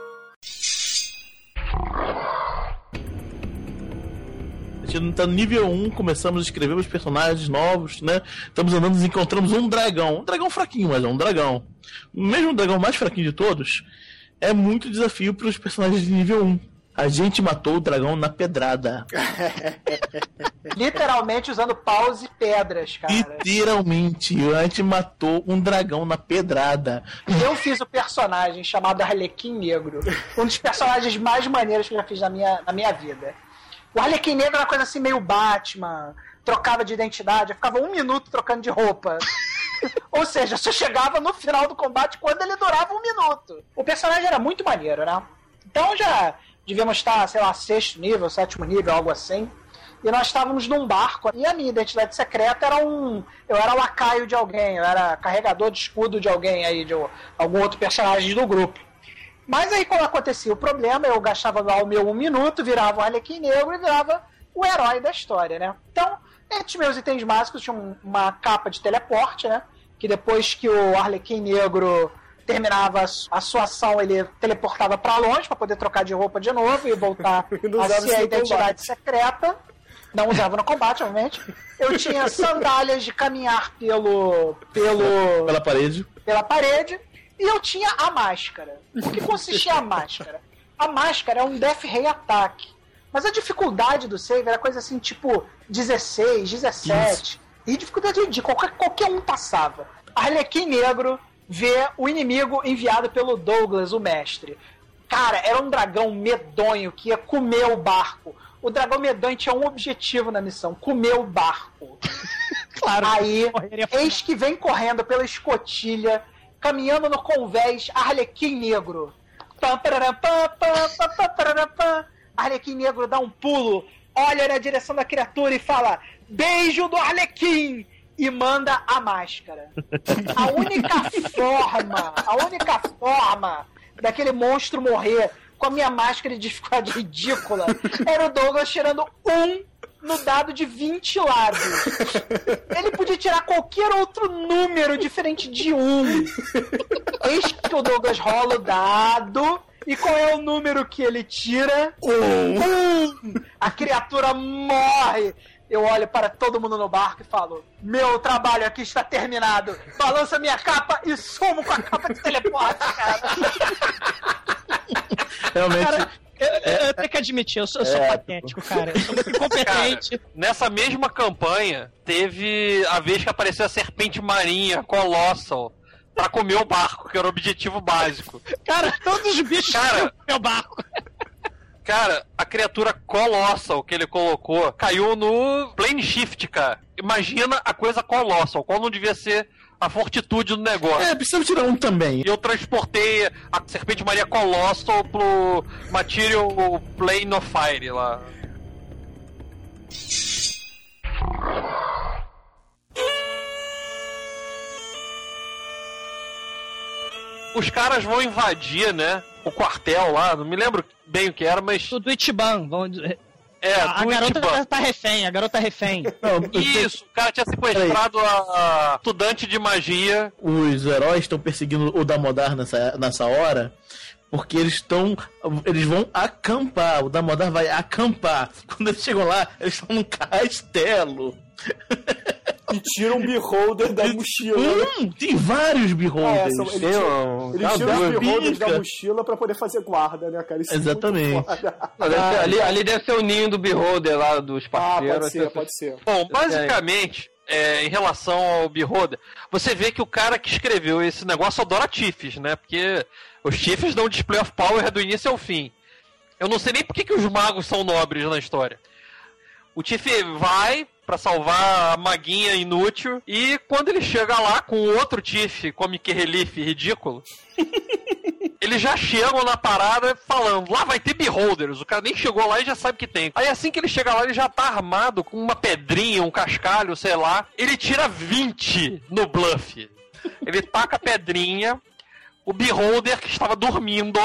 A gente tá no nível um, começamos a escrever os personagens novos, né? Estamos andando e encontramos um dragão. Um dragão fraquinho, mas é um dragão. Mesmo o dragão mais fraquinho de todos, é muito desafio para os personagens de nível um. A gente matou o dragão na pedrada. Literalmente usando paus e pedras, cara. Literalmente. A gente matou um dragão na pedrada. Eu fiz o personagem chamado Arlequim Negro. Um dos personagens mais maneiros que eu já fiz na minha, na minha vida. O Arlequim Negro era uma coisa assim meio Batman. Trocava de identidade. Eu ficava um minuto trocando de roupa. Ou seja, só chegava no final do combate quando ele durava um minuto. O personagem era muito maneiro, né? Então já... devíamos estar, sei lá, sexto nível, sétimo nível, algo assim. E nós estávamos num barco. E a minha identidade secreta era um... eu era lacaio de alguém, eu era carregador de escudo de alguém aí, de algum outro personagem do grupo. Mas aí, quando acontecia o problema, eu gastava lá o meu um minuto, virava o Arlequim Negro e virava o herói da história, né? Então, entre meus itens básicos, tinha uma capa de teleporte, né? Que depois que o Arlequim Negro... terminava a sua ação, ele teleportava pra longe pra poder trocar de roupa de novo e voltar a ser a identidade secreta. Não usava no combate, obviamente. Eu tinha sandálias de caminhar pelo... pelo... pela parede. Pela parede. E eu tinha a máscara. O que consistia a máscara? A máscara é um Death Ray Attack. Mas a dificuldade do save era coisa assim, tipo dezesseis, dezessete. Isso. E dificuldade de qualquer, qualquer um passava. Arlequim Negro vê o inimigo enviado pelo Douglas, o mestre. Cara, era um dragão medonho que ia comer o barco. O dragão medonho tinha um objetivo na missão, comer o barco. Claro. Aí, eis que vem correndo pela escotilha, caminhando no convés, Arlequim Negro. Arlequim Negro dá um pulo, olha na direção da criatura e fala: beijo do Arlequim! E manda a máscara. A única forma, a única forma daquele monstro morrer com a minha máscara de dificuldade ridícula era o Douglas tirando um no dado de vinte lados. Ele podia tirar qualquer outro número diferente de um. Eis que o Douglas rola o dado. E qual é o número que ele tira? Um. um. A criatura morre. Eu olho para todo mundo no barco e falo: meu trabalho aqui está terminado. Balança minha capa e sumo com a capa de teleporte, cara. Realmente. Cara, eu, eu, eu tenho que admitir, eu sou, eu sou é, patético, cara. Eu sou muito incompetente. Cara, nessa mesma campanha, teve a vez que apareceu a serpente marinha, Colossal, pra comer o barco, que era o objetivo básico. Cara, todos os bichos cara, comem o barco. Cara, a criatura Colossal que ele colocou caiu no Plane Shift, cara. Imagina a coisa Colossal, qual não devia ser a fortitude do negócio. É, precisa tirar um também. E eu transportei a Serpente Maria Colossal pro Material Plane of Fire lá. Os caras vão invadir, né, o quartel lá, não me lembro bem o que era, mas... Tudo Ichiban, vamos dizer. É, A, a do garota Ichiban. tá, tá refém, a garota refém. Não, Isso, o cara tinha sequestrado a, a estudante de magia. os heróis estão perseguindo o Damodar nessa, nessa hora porque eles estão. Eles vão acampar. O Damodar vai acampar. Quando eles chegam lá, eles estão num castelo. E tira um beholder da mochila. Hum, tem vários beholders. Ah, é, são- ele Tem tira, um- ele Ah, tira os boa beholders bica. da mochila pra poder fazer guarda, né, cara? Isso é muito Exatamente. foda. Não, deve ser- ali, ali deve ser o ninho do Beholder lá dos Ah, parceiros. pode ser, pode ser. Bom, basicamente, é, em relação ao Beholder, você vê que o cara que escreveu esse negócio adora Tiffs, né? Porque os Tiffs dão display of power do início ao fim. Eu não sei nem por que, que os magos são nobres na história. O Tiff vai pra salvar a maguinha inútil e quando ele chega lá com outro Tiff comic relief ridículo, eles já chegam na parada falando, lá vai ter beholders. O cara nem chegou lá e já sabe que tem. Aí assim que ele chega lá, ele já tá armado com uma pedrinha, um cascalho, sei lá. Ele tira vinte no bluff. Ele taca a pedrinha, o beholder que estava dormindo,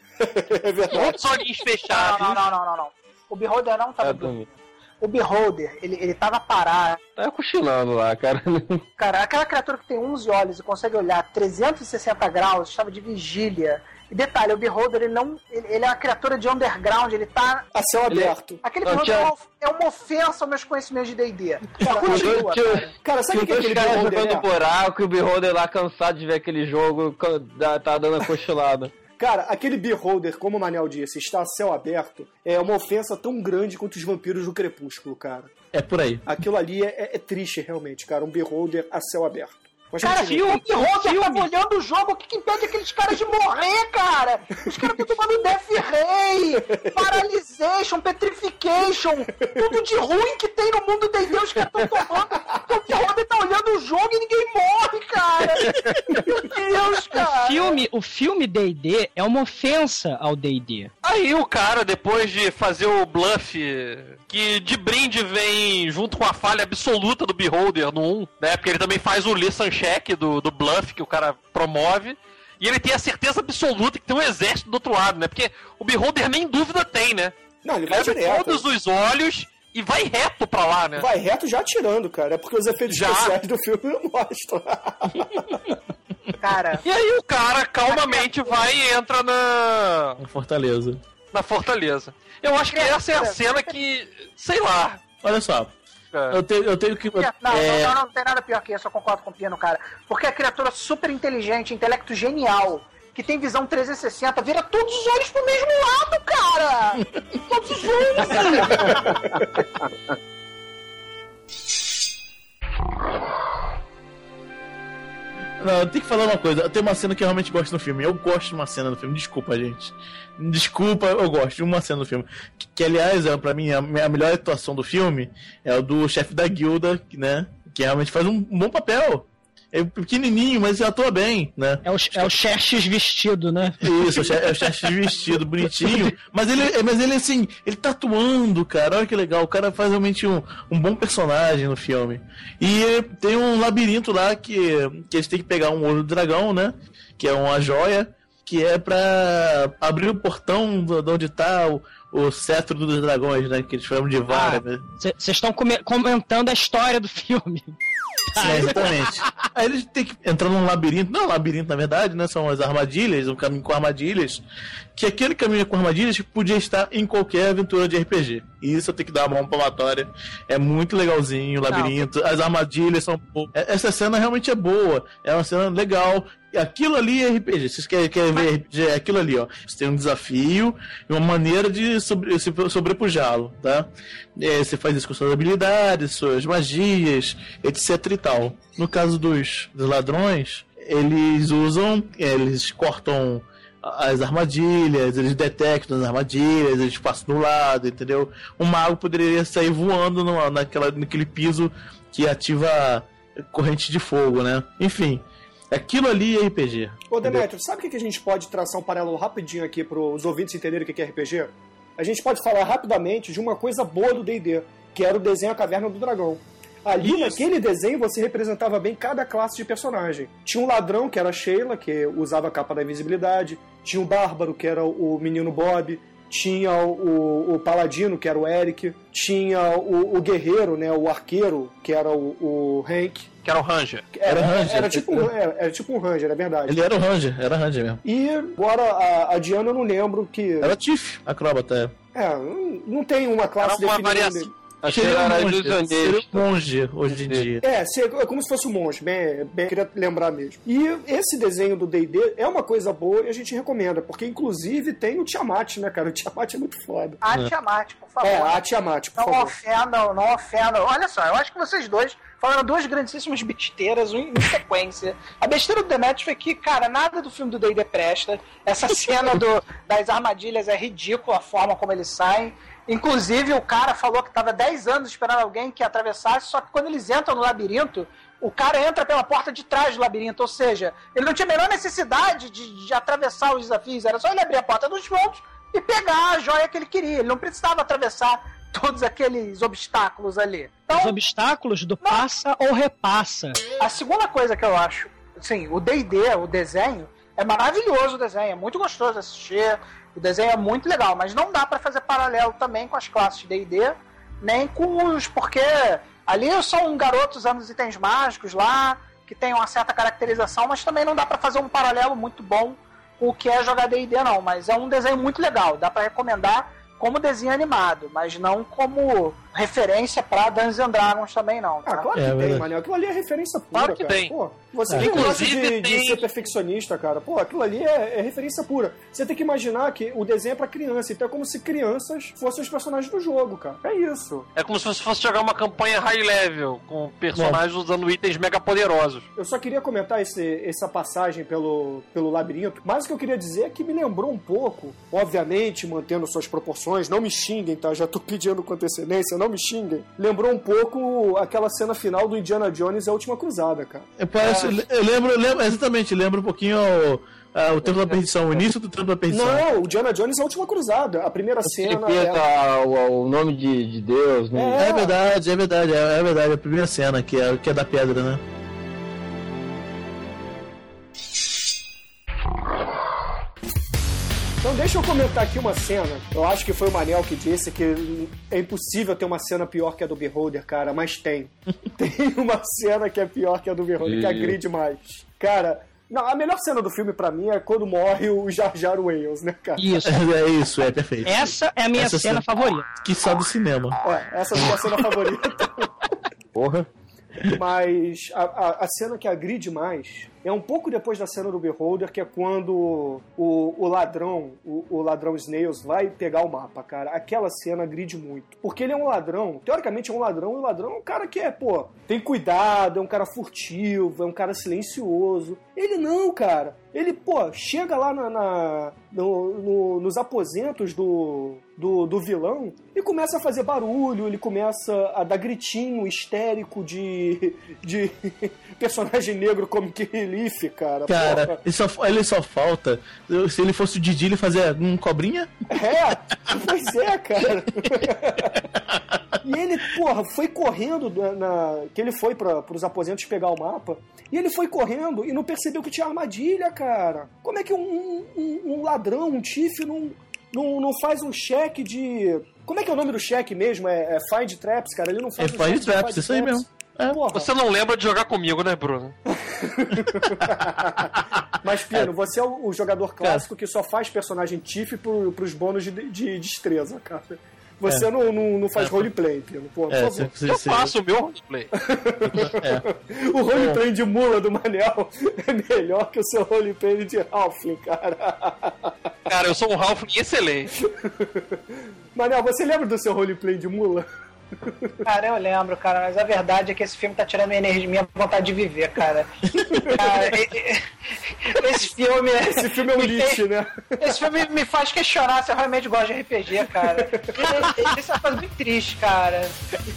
É com verdade. os olhinhos Não, fechados. não, não, não, não, não. O Beholder não tava É, dormindo. O Beholder, ele, ele tava parado. Tá cochilando lá, cara. Cara, aquela criatura que tem onze olhos e consegue olhar trezentos e sessenta graus, estava de vigília. E detalhe, o Beholder, ele não. Ele, ele é uma criatura de underground, ele tá. A céu aberto. Aquele Não, Beholder tinha- é, uma, é uma ofensa aos meus conhecimentos de D e D. Cara, Continua, tinha- cara. Cara, sabe o que Tinha é dois aquele caras beholder jogando é? buraco e o Beholder lá cansado de ver aquele jogo, ca- dá- tá dando a cochilada. Cara, aquele beholder, como o Manel disse, está a céu aberto, é uma ofensa tão grande quanto os vampiros do Crepúsculo, cara. É por aí. Aquilo ali é, é- é triste, realmente, cara. Um beholder a céu aberto. Mas Cara, continua. o Beholder tava olhando o jogo, o que, que impede aqueles caras de morrer, cara? Os caras estão tomando Death Ray, Paralyzation, Petrification, tudo de ruim que tem no mundo D e D, os caras estão tomando. O Beholder tá olhando o jogo e ninguém morre, cara. Meu Deus, cara. O filme, o filme D e D é uma ofensa ao D e D. Aí o cara, depois de fazer o bluff, que de brinde vem junto com a falha absoluta do Beholder no um, né? Porque ele também faz o listen check do, do bluff que o cara promove. E ele tem a certeza absoluta que tem um exército do outro lado, né? Porque o Beholder nem dúvida tem, né? Não, ele vai Abre direto. todos os olhos e vai reto pra lá, né? Vai reto já atirando, cara. É porque os efeitos Já. especiais do filme não mostram. Cara, E aí o cara calmamente vai e entra na, Uma fortaleza. na fortaleza. Eu acho que essa é a cena que, sei lá. Olha só. cara. Eu tenho, eu tenho que. Não, é, não, não, não, não tem nada pior que isso, eu concordo com o Pino, cara. Porque a criatura super inteligente, intelecto genial, que tem visão trezentos e sessenta, vira todos os olhos pro mesmo lado, cara! Todos os olhos! Não, eu tenho que falar uma coisa. Tem uma cena que eu realmente gosto no filme. Eu gosto de uma cena no filme. Desculpa, gente. Desculpa, eu gosto de uma cena no filme. Que, que aliás, é, pra mim, a, a melhor atuação do filme é o do chefe da guilda, né? Que realmente faz um bom papel. É pequenininho, mas ele atua bem, né? É o, é o Xerxes vestido, né? Isso, é o chefe vestido, bonitinho. Mas ele, mas ele, assim, ele tá atuando, cara. Olha que legal. O cara faz realmente um, um bom personagem no filme. E tem um labirinto lá que, que eles têm que pegar um olho do dragão, né? Que é uma joia. Que é pra abrir o portão do- de onde tá o, o cetro dos dragões, né? Que eles chamam de vara, né? Vocês estão come- comentando a história do filme. É, exatamente. Aí eles têm que entrar num labirinto, não é um labirinto na verdade, né? São as armadilhas, um caminho com armadilhas. Que aquele caminho com armadilhas podia estar em qualquer aventura de R P G. E isso eu tenho que dar uma mão palmatória. É muito legalzinho o labirinto, as armadilhas são boas. Essa cena realmente é boa, é uma cena legal. Aquilo ali é R P G. Vocês querem, querem ver R P G? É aquilo ali, ó. Você tem um desafio e uma maneira de sobre, se sobrepujá-lo, tá? É, você faz isso com suas habilidades, suas magias, etc e tal. No caso dos, dos ladrões, eles usam, eles cortam as armadilhas, eles detectam as armadilhas, eles passam do lado, entendeu? O mago poderia sair voando numa, naquela, naquele piso que ativa corrente de fogo, né? Enfim, aquilo ali é R P G. Ô, Demetrio, sabe o que que a gente pode traçar um paralelo rapidinho aqui para os ouvintes entenderem o que é R P G? A gente pode falar rapidamente de uma coisa boa do D e D, que era o desenho A Caverna do Dragão. Ali, Isso. naquele desenho, você representava bem cada classe de personagem. Tinha um ladrão, que era a Sheila, que usava a capa da invisibilidade. Tinha um bárbaro, que era o menino Bob. tinha o, o Paladino, que era o Eric, tinha o, o Guerreiro, né, o Arqueiro, que era o, o Hank. Que era o Ranger. Era, Era Ranger. Era tipo, um- era, era tipo um Ranger, é verdade. Ele era o Ranger, era Ranger mesmo. E agora a, a Diana eu não lembro que... Era Tiff, acróbata. É, não, não tem uma classe Era uma definida. variação. Achei que Seria era um monge, ilusionista. seria um monge hoje em dia. É, se- é como se fosse um monge, bem, bem queria lembrar mesmo. E esse desenho do D e D é uma coisa boa e a gente recomenda, porque inclusive tem o Tiamat, né, cara? O Tiamat é muito foda. A Tiamat, por favor. É, a Tiamat, por Não favor. ofendam, não ofendam. Olha só, eu acho que vocês dois falaram duas grandíssimas besteiras em em sequência. A besteira do Demetrius foi que, cara, nada do filme do D e D presta. Essa cena do, das armadilhas é ridícula, a forma como eles saem. Inclusive, o cara falou que estava dez anos esperando alguém que atravessasse, só que quando eles entram no labirinto, o cara entra pela porta de trás do labirinto, ou seja, ele não tinha a menor necessidade de, de atravessar os desafios, era só ele abrir a porta dos fundos e pegar a joia que ele queria, ele não precisava atravessar todos aqueles obstáculos ali. Então, Os obstáculos do passa ou repassa. a segunda coisa que eu acho, assim, o D e D, o desenho, é maravilhoso o desenho, é muito gostoso de assistir, o desenho é muito legal, mas não dá pra fazer paralelo também com as classes de D e D, nem com os, porque ali são garotos usando os itens mágicos lá, que tem uma certa caracterização, mas também não dá pra fazer um paralelo muito bom com o que é jogar D e D não, mas é um desenho muito legal, dá pra recomendar como desenho animado, mas não como referência pra Dungeons and Dragons também não, tá? Ah, claro que É, tem, verdade. Manel. Aquilo ali é referência pura, Claro que cara. tem. Pô, você É. tem um negócio Inclusive, de, de tem- ser perfeccionista, cara. Pô, aquilo ali é, é referência pura. Você tem que imaginar que o desenho é pra criança, então é como se crianças fossem os personagens do jogo, cara. É isso. É como se você fosse jogar uma campanha high level, com personagens usando itens mega poderosos. Eu só queria comentar esse, essa passagem pelo, pelo labirinto, mas o que eu queria dizer é que me lembrou um pouco, obviamente, mantendo suas proporções, não me xinguem, tá? Já tô pedindo com antecedência, não me xinguem. Lembrou um pouco aquela cena final do Indiana Jones e a Última Cruzada, cara. Eu, parece, eu lembro, eu lembro, exatamente, lembro um pouquinho o, a- o Templo da Perdição, o início do Templo da Perdição. Não, o Indiana Jones é a Última Cruzada. A primeira Ele cena pensa é... o, o nome de, de Deus, né? É verdade, é verdade, é, é verdade, a primeira cena, que é, que é da pedra, né? Então deixa eu comentar aqui uma cena. Eu acho que foi o Manel que disse que é impossível ter uma cena pior que a do Beholder, cara, mas tem. Tem uma cena que é pior que a do Beholder, que agride mais. Cara, não, a melhor cena do filme pra mim é quando morre o Jar Jar Wales, né, cara? Isso. É isso, é perfeito. Essa é a minha Essa cena cena- favorita. Que só do cinema. É, essa é a minha cena favorita. Porra. Mas a, a, a cena que agride mais é um pouco depois da cena do Beholder, que é quando o, o ladrão, o, o ladrão Snails vai pegar o mapa, cara. Aquela cena agride muito. Porque ele é um ladrão, teoricamente é um ladrão, e o ladrão é um cara que é, pô, tem cuidado, é um cara furtivo, é um cara silencioso. Ele não, cara. Ele, pô, chega lá na, na- no- no- nos aposentos do, do, do vilão e começa a fazer barulho, ele começa a dar gritinho histérico de, de personagem negro comic relief, cara. Cara, Porra. ele só, ele só falta. Se ele fosse o Didi, ele fazia um cobrinha? É, pois é, cara. E ele, porra, foi correndo na, na- que ele foi para os aposentos pegar o mapa. E ele foi correndo e não percebeu que tinha armadilha, cara. Como é que um, um, um ladrão, um tife, não, não, não faz um cheque de... Como é que é o nome do cheque mesmo? É, é Find Traps, cara? Ele não faz É um Find cheque de Traps, isso aí mesmo. É. Porra. Você não lembra de jogar comigo, né, Bruno? Mas, Pino, você é o, o jogador clássico que só faz personagem tife pro, pros bônus de, de destreza, cara. Você É. não, não, não faz É. roleplay, Pino. Pô, por É, favor. você, Eu você, faço o meu roleplay. O roleplay de mula do Manel é melhor que o seu roleplay de Halfling, cara. Cara, eu sou um Halfling excelente. Manel, você lembra do seu roleplay de mula? Cara, eu lembro, cara, mas a verdade é que esse filme tá tirando minha energia, minha vontade de viver, cara. Cara, e- e- esse filme. Esse filme é um lixo, né? Esse filme me faz questionar se eu realmente gosto de R P G, cara. E- Isso é uma coisa muito triste, cara.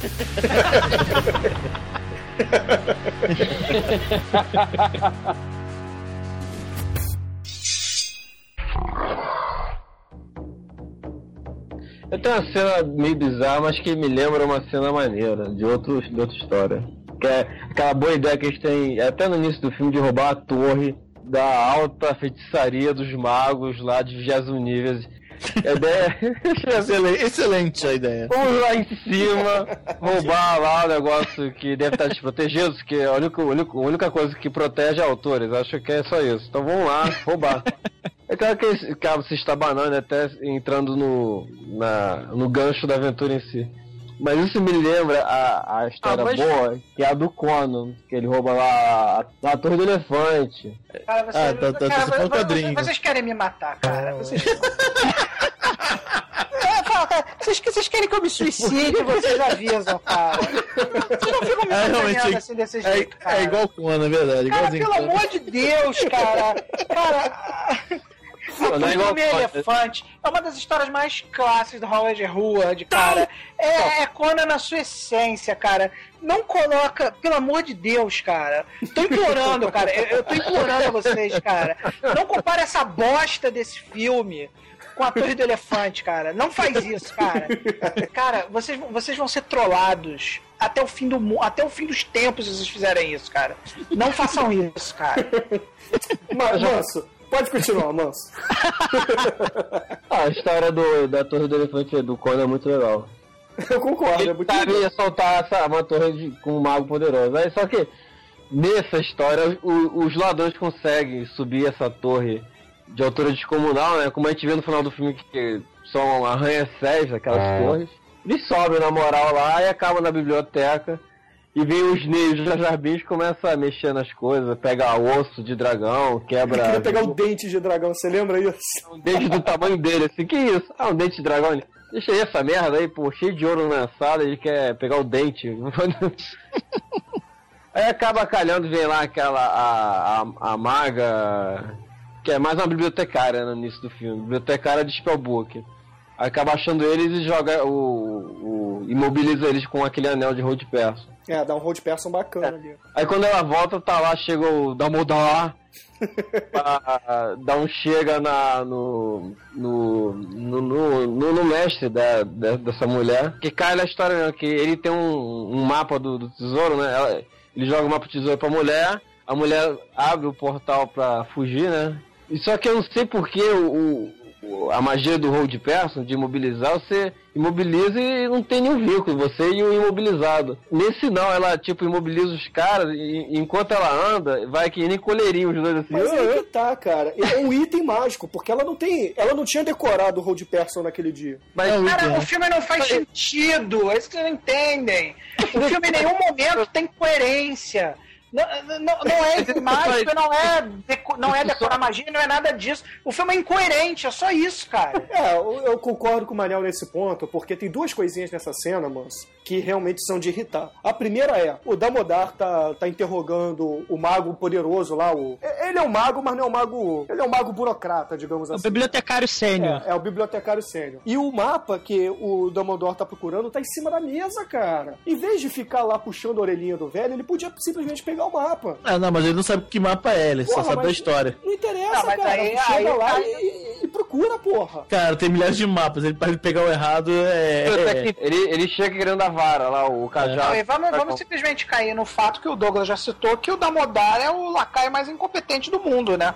Eu tenho uma cena meio bizarra, mas que me lembra uma cena maneira, de, outro, de outra história. Que é aquela boa ideia que eles têm, até no início do filme, de roubar a torre da alta feitiçaria dos magos lá de vigésimo nível. A ideia excelente, excelente a ideia. Vamos lá em cima, roubar lá o negócio que deve estar desprotegido, que a única, a única, a única coisa que protege é autores. Acho que é só isso. Então vamos lá, roubar. É claro que esse cabo se estabanando, até entrando no, na, no gancho da aventura em si. Mas isso me lembra a, a história ah, mas... boa, que é a do Conan, que ele rouba lá a, a Torre do Elefante. Cara, você, ah, tá, tá, cara, você, você, vocês querem me matar, cara. Vocês... Vocês, vocês querem que eu me suicide, vocês avisam, cara. Vocês não ficam me sacaneando é, assim desse jeito, é, cara. É igual Conan, é verdade. Cara, pelo cara. amor de Deus, cara. Cara... O filme Elefante é uma das histórias mais clássicas do Howard Howard, cara. É, é Conan na sua essência, cara. Não coloca, pelo amor de Deus, cara. Tô implorando, cara. Eu, eu tô implorando a vocês, cara. Não compare essa bosta desse filme com a Torre do Elefante, cara. Não faz isso, cara. Cara, vocês, vocês vão ser trollados até o fim do mundo, até o fim dos tempos se vocês fizerem isso, cara. Não façam isso, cara. Mas, Manso, pode continuar, Manso. Ah, a história do, da Torre do Elefante do Conan é muito legal. Eu concordo, ele é muito legal. Ele ia soltar essa, uma torre de, com um mago poderoso. Aí, só que nessa história, o, os ladrões conseguem subir essa torre de altura descomunal, né? Como a gente vê no final do filme, que são arranha-céus, aquelas é. torres. Eles sobem na moral lá e acabam na biblioteca. E vem os Neios, os Jarbins, começa a mexer nas coisas, pega osso de dragão, quebra... Eu queria pegar o dente de dragão, você lembra isso? Um dente do tamanho dele, assim, que isso? Ah, um dente de dragão. Ele... Deixa aí essa merda aí, pô, cheio de ouro na sala, ele quer pegar o dente. Aí acaba calhando, vem lá aquela, a, a, a maga, que é mais uma bibliotecária no início do filme, bibliotecária de Spellbook. Aí acaba achando eles e joga o, o... imobiliza eles com aquele anel de Hold Person. É, dá um Hold Person bacana é. ali. Aí quando ela volta, tá lá, chega o Dumbledore pra dar um chega na, no, no, no, no, no, no mestre da, da, dessa mulher. Que cai na história, né, que ele tem um, um mapa do, do tesouro, né? Ela, ele joga o mapa do tesouro pra mulher, a mulher abre o portal pra fugir, né? E só que eu não sei porque o... o a magia do Hold Person, de imobilizar, você imobiliza e não tem nenhum vínculo, você e o imobilizado. Nesse não, ela tipo imobiliza os caras e enquanto ela anda, vai que nem colherinho os dois assim. Mas aí que tá, cara. É um item mágico, porque ela não tem. Ela não tinha decorado o Hold Person naquele dia. Mas, cara, o filme não faz sentido. É isso que vocês não entendem. O filme em nenhum momento tem coerência. Não, não, não é mágico, não é, deco, não é decorar magia, não é nada disso. O filme é incoerente, é só isso, cara. É, eu, eu concordo com o Manel nesse ponto, porque tem duas coisinhas nessa cena, moço, que realmente são de irritar. A primeira é, o Damodar tá, tá interrogando o mago poderoso lá, o... Ele é um mago, mas não é um mago... Ele é um mago burocrata, digamos assim. O bibliotecário sênior. É, é o bibliotecário sênior. E o mapa que o Dumbledore tá procurando tá em cima da mesa, cara. Em vez de ficar lá puxando a orelhinha do velho, ele podia simplesmente pegar o mapa. Ah, não, mas ele não sabe que mapa é, ele porra, só sabe da história. Não interessa, não, cara. Aí, chega aí, lá aí, e, e procura, porra. Cara, tem milhares de mapas, ele pode pegar o errado, é... é... Ele, ele chega querendo a vara lá, o cajado. É. Vamos, vamos simplesmente cair no fato que o Douglas já citou, que o Damodar é o lacaio mais incompetente do mundo, né?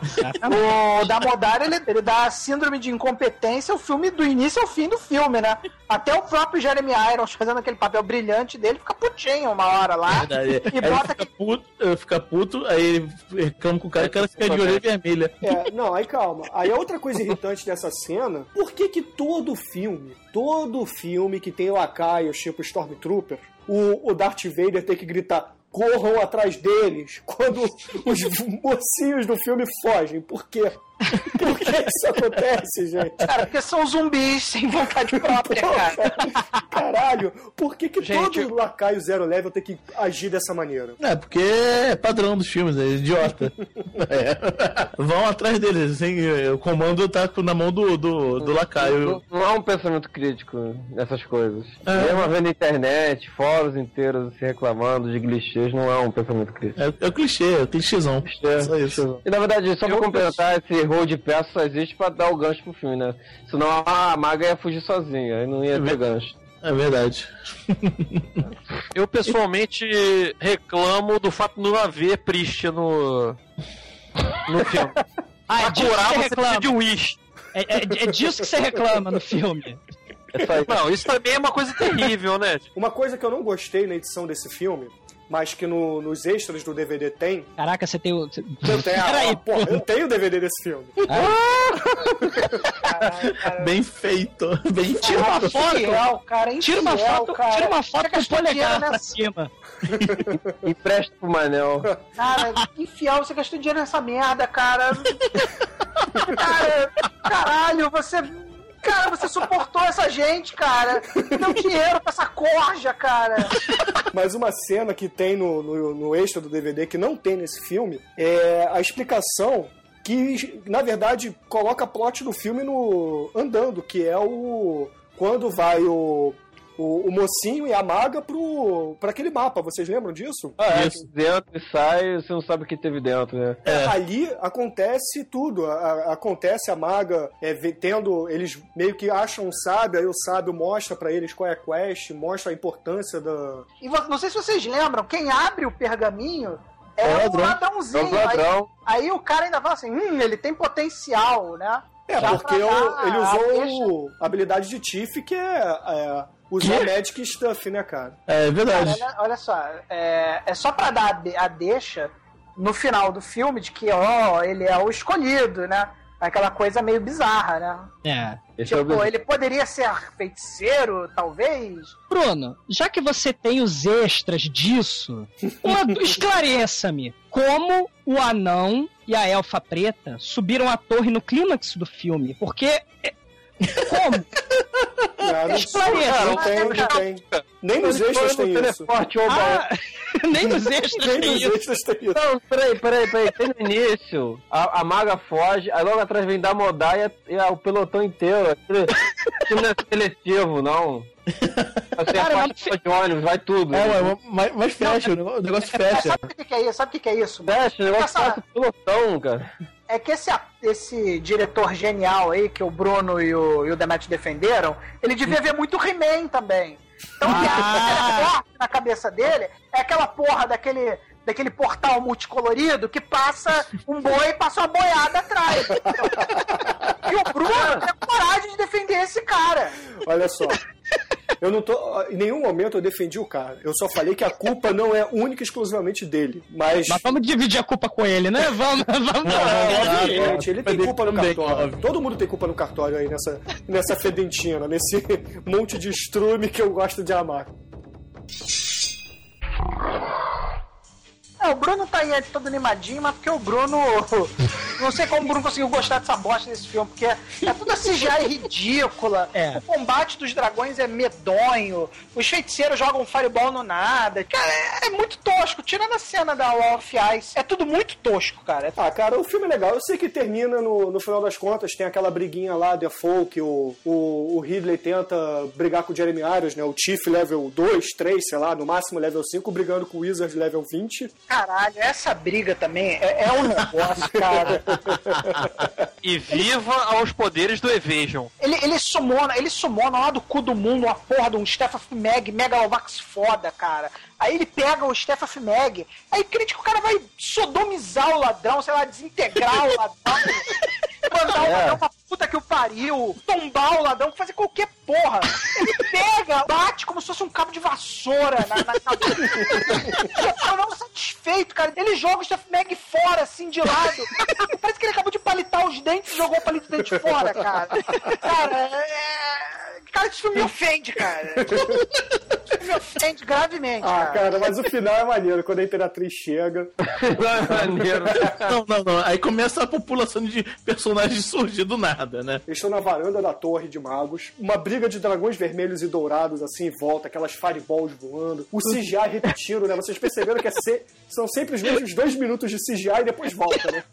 O Damodar, ele, ele dá a síndrome de incompetência o filme do início ao fim do filme, né? Até o próprio Jeremy Irons fazendo aquele papel brilhante dele, fica putinho uma hora lá. Verdade. E aí bota fica que... puto, fica puto, aí ele reclama com o cara, o cara fica de orelha vermelha. É, não, aí calma. Aí outra coisa irritante dessa cena, por que que todo filme, todo filme que tem lacaios tipo Stormtrooper, o, o Darth Vader tem que gritar corram atrás deles quando os mocinhos do filme fogem? Por quê? Por que isso acontece, gente? Cara, porque são zumbis sem vontade própria, Pô, cara. Caralho, por que, que gente, todo lacaio zero level tem que agir dessa maneira? É, porque é padrão dos filmes, é idiota. É. Vão atrás deles, assim, o comando tá na mão do, do, do lacaio. Não, não há um pensamento crítico nessas coisas. É. Mesmo vendo internet, fóruns inteiros se reclamando de clichês, não há um pensamento crítico. É, é o clichê, é o clichêzão. Clichê, só isso. E na verdade, só pra complementar, esse Hold Person só existe pra dar o gancho pro filme, né? Senão a maga ia fugir sozinha, aí não ia ter gancho. É verdade. Eu pessoalmente reclamo do fato de não haver Pristia no, no filme. Ah, é pra curar você precisa de Wish. É, é, é disso que você reclama no filme. Não, isso também é uma coisa terrível, né? Uma coisa que eu não gostei na edição desse filme, mas que no, nos extras do D V D tem... Caraca, você tem o... Você... Eu tenho, ah, porra, eu tenho o D V D desse filme. Caralho, bem feito. Bem Tira uma feito. foto, Infiel, cara, tira uma infiel, foto, cara. tira uma foto com o polegar pra nessa... cima. Empresta pro Manel. Cara, que infiel, você gastou dinheiro nessa merda, cara. Cara, caralho, você... Cara, você suportou essa gente, cara. Deu dinheiro pra essa corja, cara. Mas uma cena que tem no, no, no extra do D V D que não tem nesse filme é a explicação que, na verdade, coloca plot do filme no andando, que é o... Quando vai o... O, o mocinho e a maga pro, pra aquele mapa, vocês lembram disso? Ah, é, dentro e sai, você não sabe o que teve dentro, né? É, ali acontece tudo. A, a, acontece a maga é, tendo. Eles meio que acham um sábio, aí o sábio mostra pra eles qual é a quest, mostra a importância da. E vo- não sei se vocês lembram, quem abre o pergaminho é, É o o ladrão. ladrãozinho. É o ladrão. Aí, aí o cara ainda fala assim: hum, ele tem potencial, né? É, Já porque pra o- dar ele a usou a habilidade de Tiff, que é, é usar Magic Stuff, né, cara? É Cara, verdade. olha, olha só, é, é só pra dar a, de- a deixa no final do filme de que, ó, ele é o escolhido, né? Aquela coisa meio bizarra, né? É. Esse é o Tipo, ele poderia ser feiticeiro, talvez. Bruno, já que você tem os extras disso, uma, esclareça-me como o anão e a elfa preta subiram a torre no clímax do filme. Porque... é- Como? Não, não, Esclareça. não tem, não tem. Nem nos extras tem isso. Teleporte ou Ah, nem nos extras Nem tem nos isso. extras tem isso. Não, peraí, peraí, peraí. Tem no início, a, a maga foge, aí logo atrás vem da Modá e, a- e a- o pelotão inteiro. Aquilo, aquilo não é seletivo, não. Assim, Cara, a mas- parte de ônibus, vai tudo. É, mas, mas, mas fecha, o negócio- o negócio É, fecha. sabe o que, que é isso? Sabe o que, que é isso? Fecha, o negócio Essa- passa o pelotão, cara. É que esse, esse diretor genial aí, que o Bruno e o, e o Demet defenderam, ele devia ver muito He-Man também. Então o que Ah. é forte na cabeça dele é aquela porra daquele, daquele portal multicolorido que passa um boi e passa uma boiada atrás. E o Bruno tem coragem de defender esse cara. Olha só. Eu não tô. Em nenhum momento eu defendi o cara. Eu só falei que a culpa não é única e exclusivamente dele. Mas. Mas vamos dividir a culpa com ele, né? Vamos, vamos. Obviamente, ele tem Também, culpa no também, cartório. óbvio. Todo mundo tem culpa no cartório aí nessa, nessa fedentina, nesse monte de estrume que eu gosto de amar. É, o Bruno tá aí todo animadinho, mas porque o Bruno. Não sei como o Bruno conseguiu gostar dessa bosta desse filme, porque é tudo C G I ridícula. É. O combate dos dragões é medonho. Os feiticeiros jogam fireball no nada. Cara, é, é muito tosco. Tirando a cena da Wall of Ice, é tudo muito tosco, cara. Ah, cara, o filme é legal. Eu sei que termina no, no final das contas, tem aquela briguinha lá, The Folk, o, o, o Ridley tenta brigar com o Jeremy Irons, né? O Chief level dois, três, sei lá, no máximo level cinco, brigando com o Wizard level vinte. Caralho, essa briga também é, é um negócio, cara. E viva aos poderes do Evasion. Ele, ele sumona, ele sumona lá do cu do mundo uma porra de um Steph Meg Megalovax foda, cara. Aí ele pega o Steph Meg, aí crente que o cara vai sodomizar o ladrão, sei lá, desintegrar o ladrão, mandar o É. ladrão pra puta que o pariu, tombar o ladrão, fazer qualquer porra. Ele pega, bate como se fosse um cabo de vassoura na, na cabeça. Eu não satisfeito, cara. Ele joga o Steph Meg fora, assim, de lado. Parece que ele acabou de palitar os dentes e jogou o palito de dente fora, cara. Cara, é... Cara, esse filme me ofende, cara. Esse filme me ofende gravemente, Ah, cara. cara, mas o final é maneiro, quando a Imperatriz chega. Maneiro. Não, não, não. Aí começa a população de personagens surgir do nada, né? Eles estão na varanda da Torre de Magos. Uma briga de dragões vermelhos e dourados, assim, em volta. Aquelas fireballs voando. O C G I repetindo, né? Vocês perceberam que é se... são sempre os mesmos dois minutos de C G I e depois volta, né?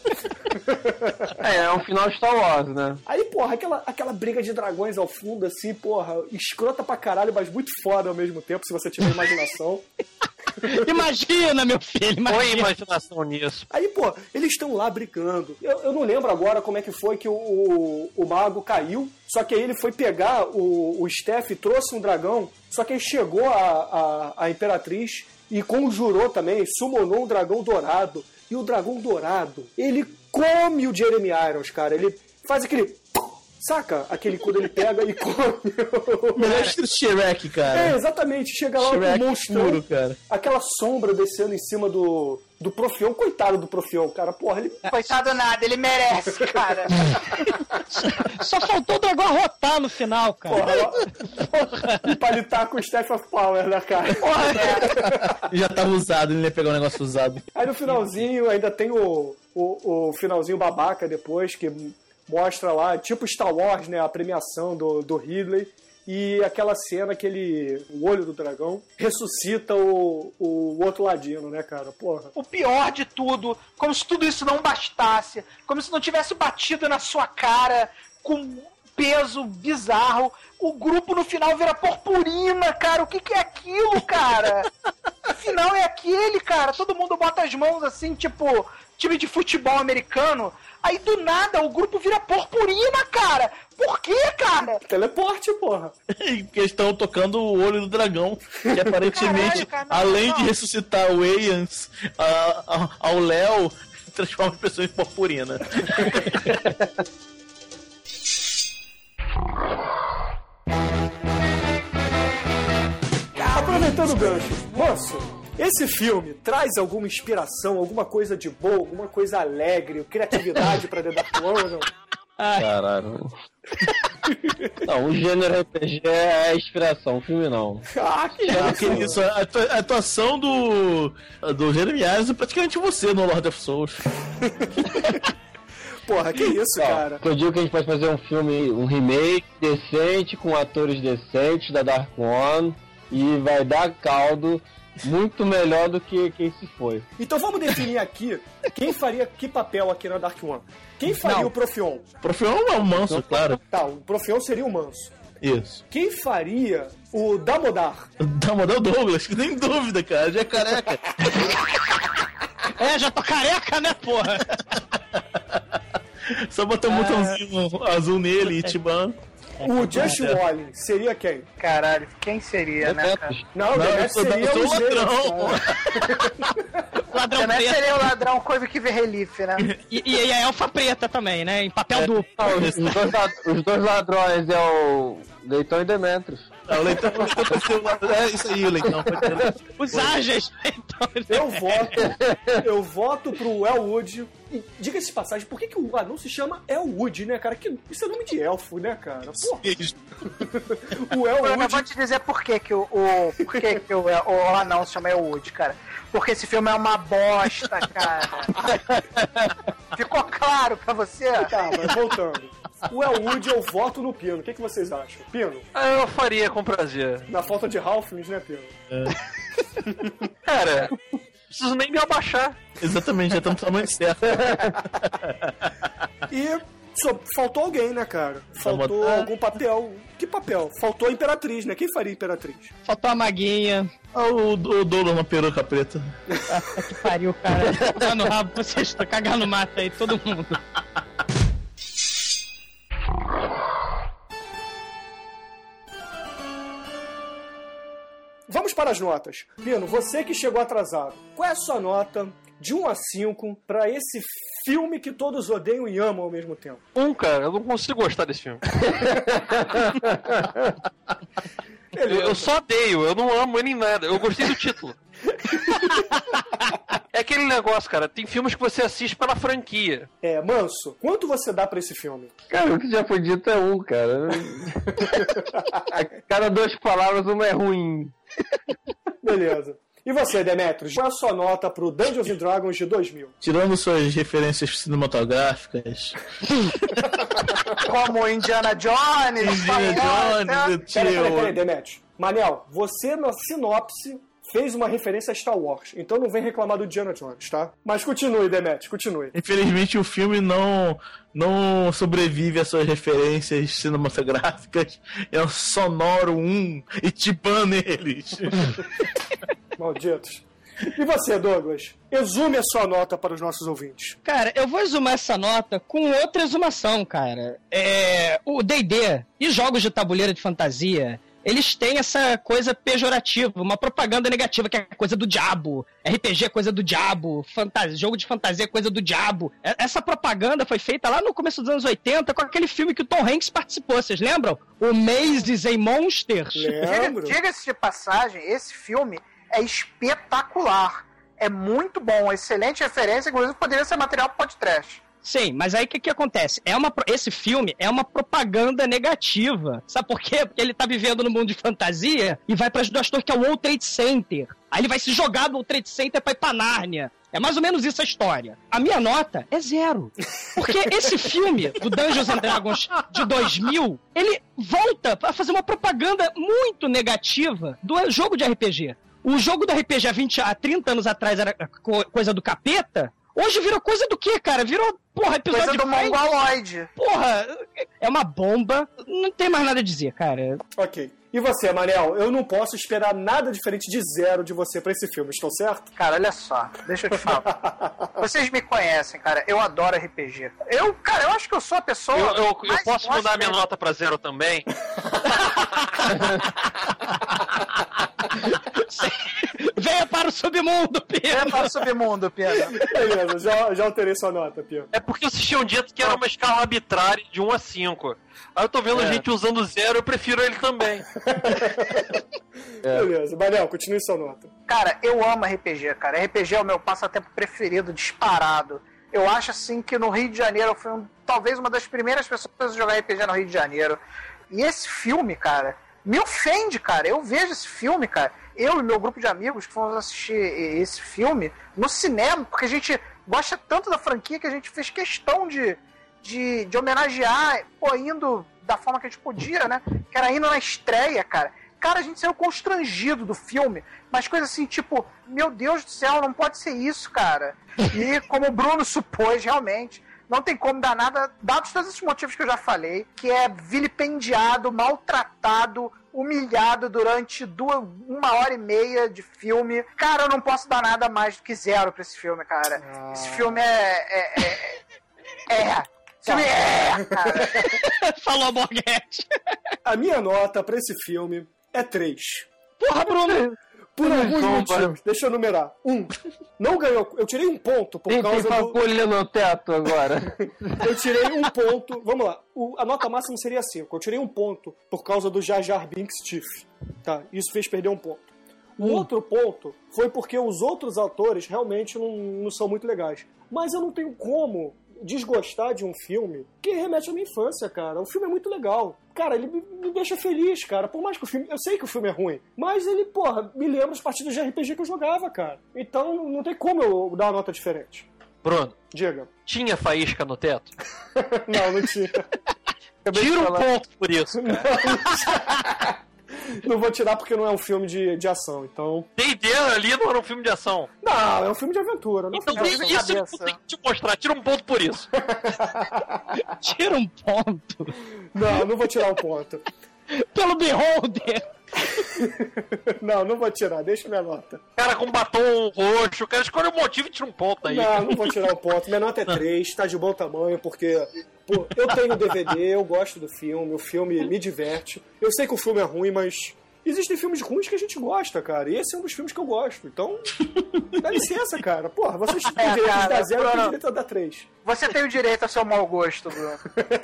É, é um final Star Wars, né? Aí, porra, aquela, aquela briga de dragões ao fundo, assim, porra, escrota pra caralho, mas muito foda ao mesmo tempo, se você tiver imaginação. Imagina, meu filho, Põe imagina. imaginação nisso. Aí, pô, eles estão lá brigando. Eu, eu não lembro agora como é que foi que o, o, o mago caiu, só que aí ele foi pegar o, o Steph e trouxe um dragão, só que aí chegou a, a, a Imperatriz e conjurou também, summonou um dragão dourado. E o dragão dourado, ele come o Jeremy Irons, cara. Ele faz aquele... Saca? Aquele quando ele pega e come. Melhor estilo Shrek, cara. É, exatamente. Chega lá Shrek com o monstrão. puro, cara. Aquela sombra descendo em cima do, do Profion. Coitado do Profion, cara. Porra, ele... Coitado nada, ele merece, cara. Só faltou o dragão arrotar no final, cara. Porra, e pra lutar com o Staff of Power, né, cara? Porra, é. Já tava usado, ele ia pegar um negócio usado. Aí no finalzinho ainda tem o, o, o finalzinho babaca depois, que mostra lá, tipo Star Wars, né, a premiação do, do Ridley, e aquela cena que ele, o olho do dragão, ressuscita o, o outro ladino, né, cara? Porra. O pior de tudo, como se tudo isso não bastasse, como se não tivesse batido na sua cara com peso bizarro, o grupo no final vira purpurina, cara. O que, que é aquilo, cara? O final é aquele, cara. Todo mundo bota as mãos assim, tipo time de futebol americano. Aí do nada o grupo vira purpurina, cara. Por quê, cara? Teleporte, porra. Porque eles estão tocando o olho do dragão. Que aparentemente, Caralho, cara, não, além não. de ressuscitar o Aeons, a- a- ao Léo, transforma as pessoas em purpurina. Aproveitando o gancho, moço, esse filme traz alguma inspiração, alguma coisa de boa, alguma coisa alegre, criatividade pra The Dark One ou não? Caralho. Não, o gênero R P G é a inspiração, o filme não. Ah, que Ah, isso, que isso, a atua- a atuação do, do Jeremy Irons é praticamente você no Lord of Souls. Porra, que isso, Ó, cara? Eu digo que a gente pode fazer um filme, um remake decente, com atores decentes da Dark One, e vai dar caldo muito melhor do que, que esse foi. Então vamos definir aqui quem faria que papel aqui na Dark One. Quem faria Não. o Profion? Profion é um manso, claro. Tá, o Profion seria o Manso. Isso. Quem faria o Damodar? Dá uma o Douglas, que nem dúvida, cara, já é careca. É, já tô careca, né, porra? Só botar um botãozinho azul nele e Tiban. O Just Wally seria quem? Caralho, quem seria, né, cara? Não, o Não, eu Demetrius sou, seria eu sou os ladrão. deles, Ladrão Também preto. seria o ladrão coisa que vê relief, né? E, e, e a elfa preta também, né? Em papel duplo. Ah, os, os dois, lad- os dois ladrões é o Leitão e Demetrius. Ah, o Leitão aconteceu lá. É isso aí, o Leitão. Pode ter. Os ágeis. Então, Eu voto, eu voto pro Elwood. E diga-se de passagem, por que, que o anão se chama Elwood, né, cara? Que, isso é nome de elfo, né, cara? Porra, o Eu vou Elwood. te dizer por que, que, o, o, por que, que o, o anão se chama Elwood, cara. Porque esse filme é uma bosta, cara. Ficou claro pra você? Tá, mas voltando. O Elwood, eu voto no Pino. O que, que vocês acham? Pino, Ah, eu faria com prazer. na falta de Halflings, né, Pino? Cara, não preciso nem me abaixar. Exatamente, já estamos no tamanho certo. E só, faltou alguém, né, cara? Faltou botar- algum papel. Que papel? Faltou a Imperatriz, né? Quem faria a Imperatriz? faltou a maguinha. Ah, o, o Douglas na peruca preta. Ah, que pariu, cara. Tá no rabo, vocês estão cagando mata aí, todo mundo. Vamos para as notas. Pino, você que chegou atrasado, qual é a sua nota de um a cinco pra esse filme que todos odeiam e amam ao mesmo tempo? Um, cara, eu não consigo gostar desse filme. Eu, eu só odeio, eu não amo ele em nada. Eu gostei do título. É aquele negócio, cara. Tem filmes que você assiste pela franquia. É, Manso, quanto você dá pra esse filme? Cara, o que já foi dito é um, cara. A cada duas palavras, uma é ruim. Beleza. E você, Demetrius, qual é a sua nota pro Dungeons and Dragons de dois mil? Tirando suas referências cinematográficas, Como Indiana Jones, Indiana Fallout, né? Jones, Peraí, peraí, peraí, tio. Demetrius. Manel, você na sinopse fez uma referência a Star Wars, então não vem reclamar do Indiana Jones, tá? Mas continue, Demetrius, continue. Infelizmente o filme não, não sobrevive às suas referências cinematográficas. É um sonoro um e Tiban neles. Malditos. E você, Douglas? Exume a sua nota para os nossos ouvintes. Cara, eu vou exumar essa nota com outra exumação, cara. É, o D e D e jogos de tabuleiro de fantasia eles têm essa coisa pejorativa, uma propaganda negativa, que é coisa do diabo. R P G é coisa do diabo, fantasia, jogo de fantasia é coisa do diabo. Essa propaganda foi feita lá no começo dos anos oitenta com aquele filme que o Tom Hanks participou, vocês lembram? O Mazes and Monsters. Lembro. Diga-se de passagem, esse filme é espetacular. É muito bom, excelente referência, inclusive poderia ser material para podcast. Sim, mas aí o que, que acontece? É uma, esse filme é uma propaganda negativa. Sabe por quê? Porque ele tá vivendo no mundo de fantasia e vai para as duas torres, que é o World Trade Center. Aí ele vai se jogar do World Trade Center pra ir pra Nárnia. É mais ou menos isso a história. A minha nota é zero. Porque esse filme, do Dungeons and Dragons de dois mil, ele volta a fazer uma propaganda muito negativa do jogo de R P G. O jogo do R P G há, vinte, há trinta anos atrás era coisa do capeta. Hoje virou coisa do quê, cara? Virou, porra, episódio coisa do mongoloide. Porra, é uma bomba. Não tem mais nada a dizer, cara. Ok. E você, Manel? Eu não posso esperar nada diferente de zero de você pra esse filme, estou certo? Cara, olha só. Deixa eu te falar. Vocês me conhecem, cara. Eu adoro R P G. Eu, cara, eu acho que eu sou a pessoa... Eu, eu, eu posso mudar minha nota pra zero também? Venha para o submundo, Pedro! Venha para o submundo, Pedro. Beleza, já, já alterei sua nota, Pedro. É porque vocês tinham dito que era uma escala arbitrária de um a cinco. Aí eu tô vendo é. gente usando zero, eu prefiro ele também. É. Beleza, Manel, continue sua nota. Cara, eu amo R P G, cara. R P G é o meu passatempo preferido, disparado. Eu acho, assim, que no Rio de Janeiro eu fui um, talvez uma das primeiras pessoas a jogar R P G no Rio de Janeiro. E esse filme, cara, me ofende, cara. Eu vejo esse filme, cara. Eu e meu grupo de amigos que fomos assistir esse filme no cinema, porque a gente gosta tanto da franquia que a gente fez questão de, de, de homenagear, pô, indo da forma que a gente podia, né? Que era indo na estreia, cara. Cara, a gente saiu constrangido do filme, mas coisa assim, tipo, meu Deus do céu, não pode ser isso, cara. E como o Bruno supôs, realmente, não tem como dar nada, dados todos esses motivos que eu já falei, que é vilipendiado, maltratado, humilhado durante duas, uma hora e meia de filme. Cara, eu não posso dar nada mais do que zero pra esse filme, cara. Ah. Esse filme é... É... é, é. Esse filme é, cara. Falou, Borghetti. A minha nota pra esse filme é três. Porra, Bruno! Por alguns motivos. Deixa eu numerar. Um, não ganhou. Eu tirei um ponto por Tem causa que do... Tem no teto agora. Eu tirei um ponto. Vamos lá. O, a nota máxima seria cinco. Eu tirei um ponto por causa do Jar Jar Binks Tiff. Tá? Isso fez perder um ponto. O hum. outro ponto foi porque os outros atores realmente não, não são muito legais. Mas eu não tenho como desgostar de um filme que remete à minha infância, cara. O filme é muito legal. Cara, ele me, me deixa feliz, cara. Por mais que o filme... Eu sei que o filme é ruim, mas ele, porra, me lembra as partidas de R P G que eu jogava, cara. Então, não tem como eu dar uma nota diferente. Bruno. Diga. Tinha faísca no teto? Não, não tinha. Tira um ponto por isso, cara. Não, não vou tirar porque não é um filme de, de ação, então... D e D ali não era um filme de ação. Não, é um filme de aventura. Não então, é isso eu tenho que te mostrar. Tira um ponto por isso. Tira um ponto. Não, não vou tirar um ponto. Pelo Beholder. Não, não vou tirar. Deixa minha nota. Cara com batom roxo. O cara escolhe um motivo e tira um ponto aí. Não, não vou tirar um ponto. Minha nota é três. Tá de bom tamanho, porque... Pô, eu tenho D V D, eu gosto do filme, o filme me diverte. Eu sei que o filme é ruim, mas existem filmes ruins que a gente gosta, cara. E esse é um dos filmes que eu gosto. Então, dá licença, cara. Porra, vocês têm é, o direito cara, de dar zero, eu tenho Bruno, o direito de dar três. Você tem o direito ao seu mau gosto, Bruno.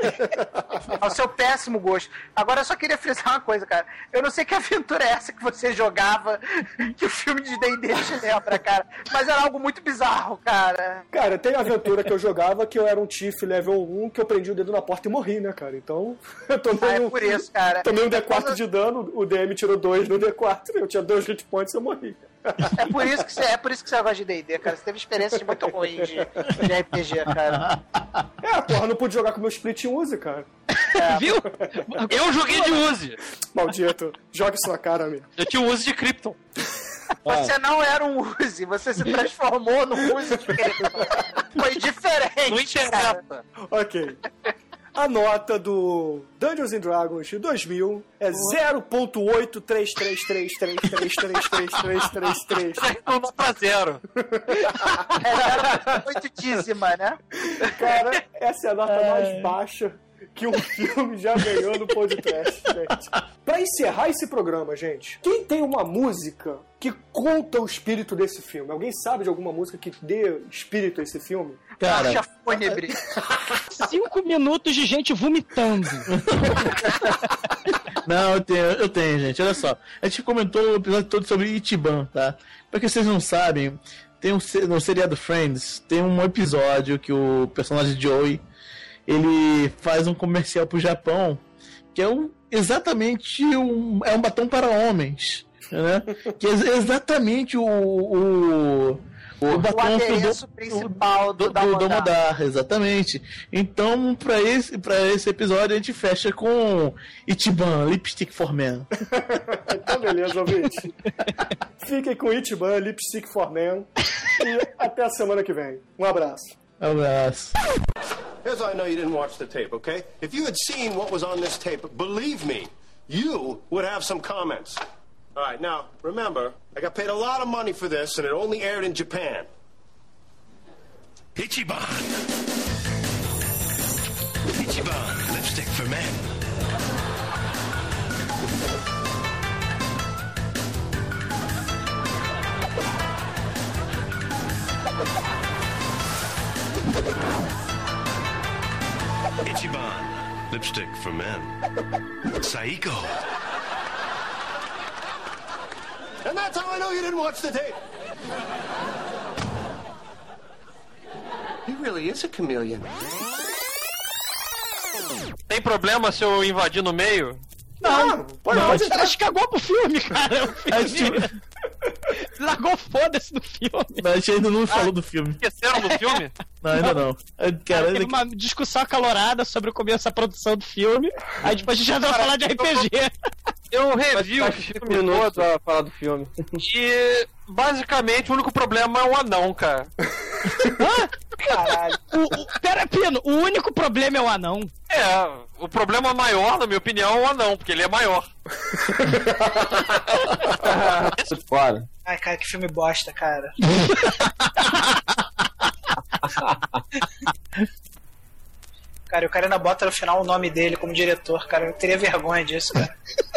Ao seu péssimo gosto. Agora, eu só queria frisar uma coisa, cara. Eu não sei que aventura é essa que você jogava, que o filme de D e D te lembra, cara. Mas era algo muito bizarro, cara. Cara, tem a aventura que eu jogava que eu era um Tiff level um, que eu prendi o dedo na porta e morri, né, cara? Então, eu tomei ah, é um, por isso, cara. Tomei um D quatro de dano, o D M tirou dois no D quatro, eu tinha dois hit points e eu morri. É por isso que você, é por isso que você gosta de D e D, cara. Você teve experiências muito ruins de, de R P G, cara. É, porra, não pude jogar com o meu Split Use, cara. É. Viu? Eu joguei de Use. Maldito. Jogue sua cara, amigo. Eu tinha o Use de Krypton. Você não era um Uzi, você se transformou no Uzi de Krypton. Foi diferente. Não interessa. Ok. A nota do Dungeons and Dragons de dois mil é zero ponto oito três três três três três três três três três três. Então nota zero. É zero ponto oito dízima, né? Cara, essa é a nota é... mais baixa que um filme já ganhou no podcast, gente. Pra encerrar esse programa, gente, quem tem uma música que conta o espírito desse filme? Alguém sabe de alguma música que dê espírito a esse filme? Cara, Marcha fúnebre. Cinco minutos de gente vomitando. não, eu tenho, eu tenho, gente. Olha só. A gente comentou o episódio todo sobre Ichiban, tá? Pra que vocês não sabem, tem um, no seriado Friends, tem um episódio que o personagem Joey, ele faz um comercial pro Japão, que é um, exatamente um, é um batom para homens, né? Que é exatamente o... o O, o batom adereço do, principal do, do, do, do Damodar, exatamente. Então, pra esse, pra esse episódio, a gente fecha com Ichiban, Lipstick for Men. Então, beleza, ouvinte. Fiquem com Ichiban, Lipstick for Men. E até a semana que vem. Um abraço. Um abraço. Here's how I know you didn't watch the tape, okay? If you had seen what was on this tape, believe me, you would have some comments. All right, now, remember, I got paid a lot of money for this, and it only aired in Japan. Ichiban. Ichiban, lipstick for men. Ichiban, lipstick for men. Saiko. And that's how I know you didn't watch the tape. He really is a chameleon. Tem problema se eu invadir no meio? Não, pode, pode. Ela cagou pro filme, cara. O filme. Largou foda-se do filme. Mas a gente ainda não falou ah, do filme. Esqueceram do filme? Não, ainda não. Cara, teve uma discussão acalorada sobre o começo da produção do filme. Aí depois a gente já vai falar de R P G. Eu revi o filme todo pra falar do filme. E basicamente o único problema é o anão, cara. Hã? Caralho. O, o, pera, Pino, o único problema é o anão. É, o problema maior, na minha opinião, é o anão, porque ele é maior. Fora. Ai, cara, que filme bosta, cara. Cara, o cara ainda bota no final o nome dele como diretor, cara. Eu teria vergonha disso, cara.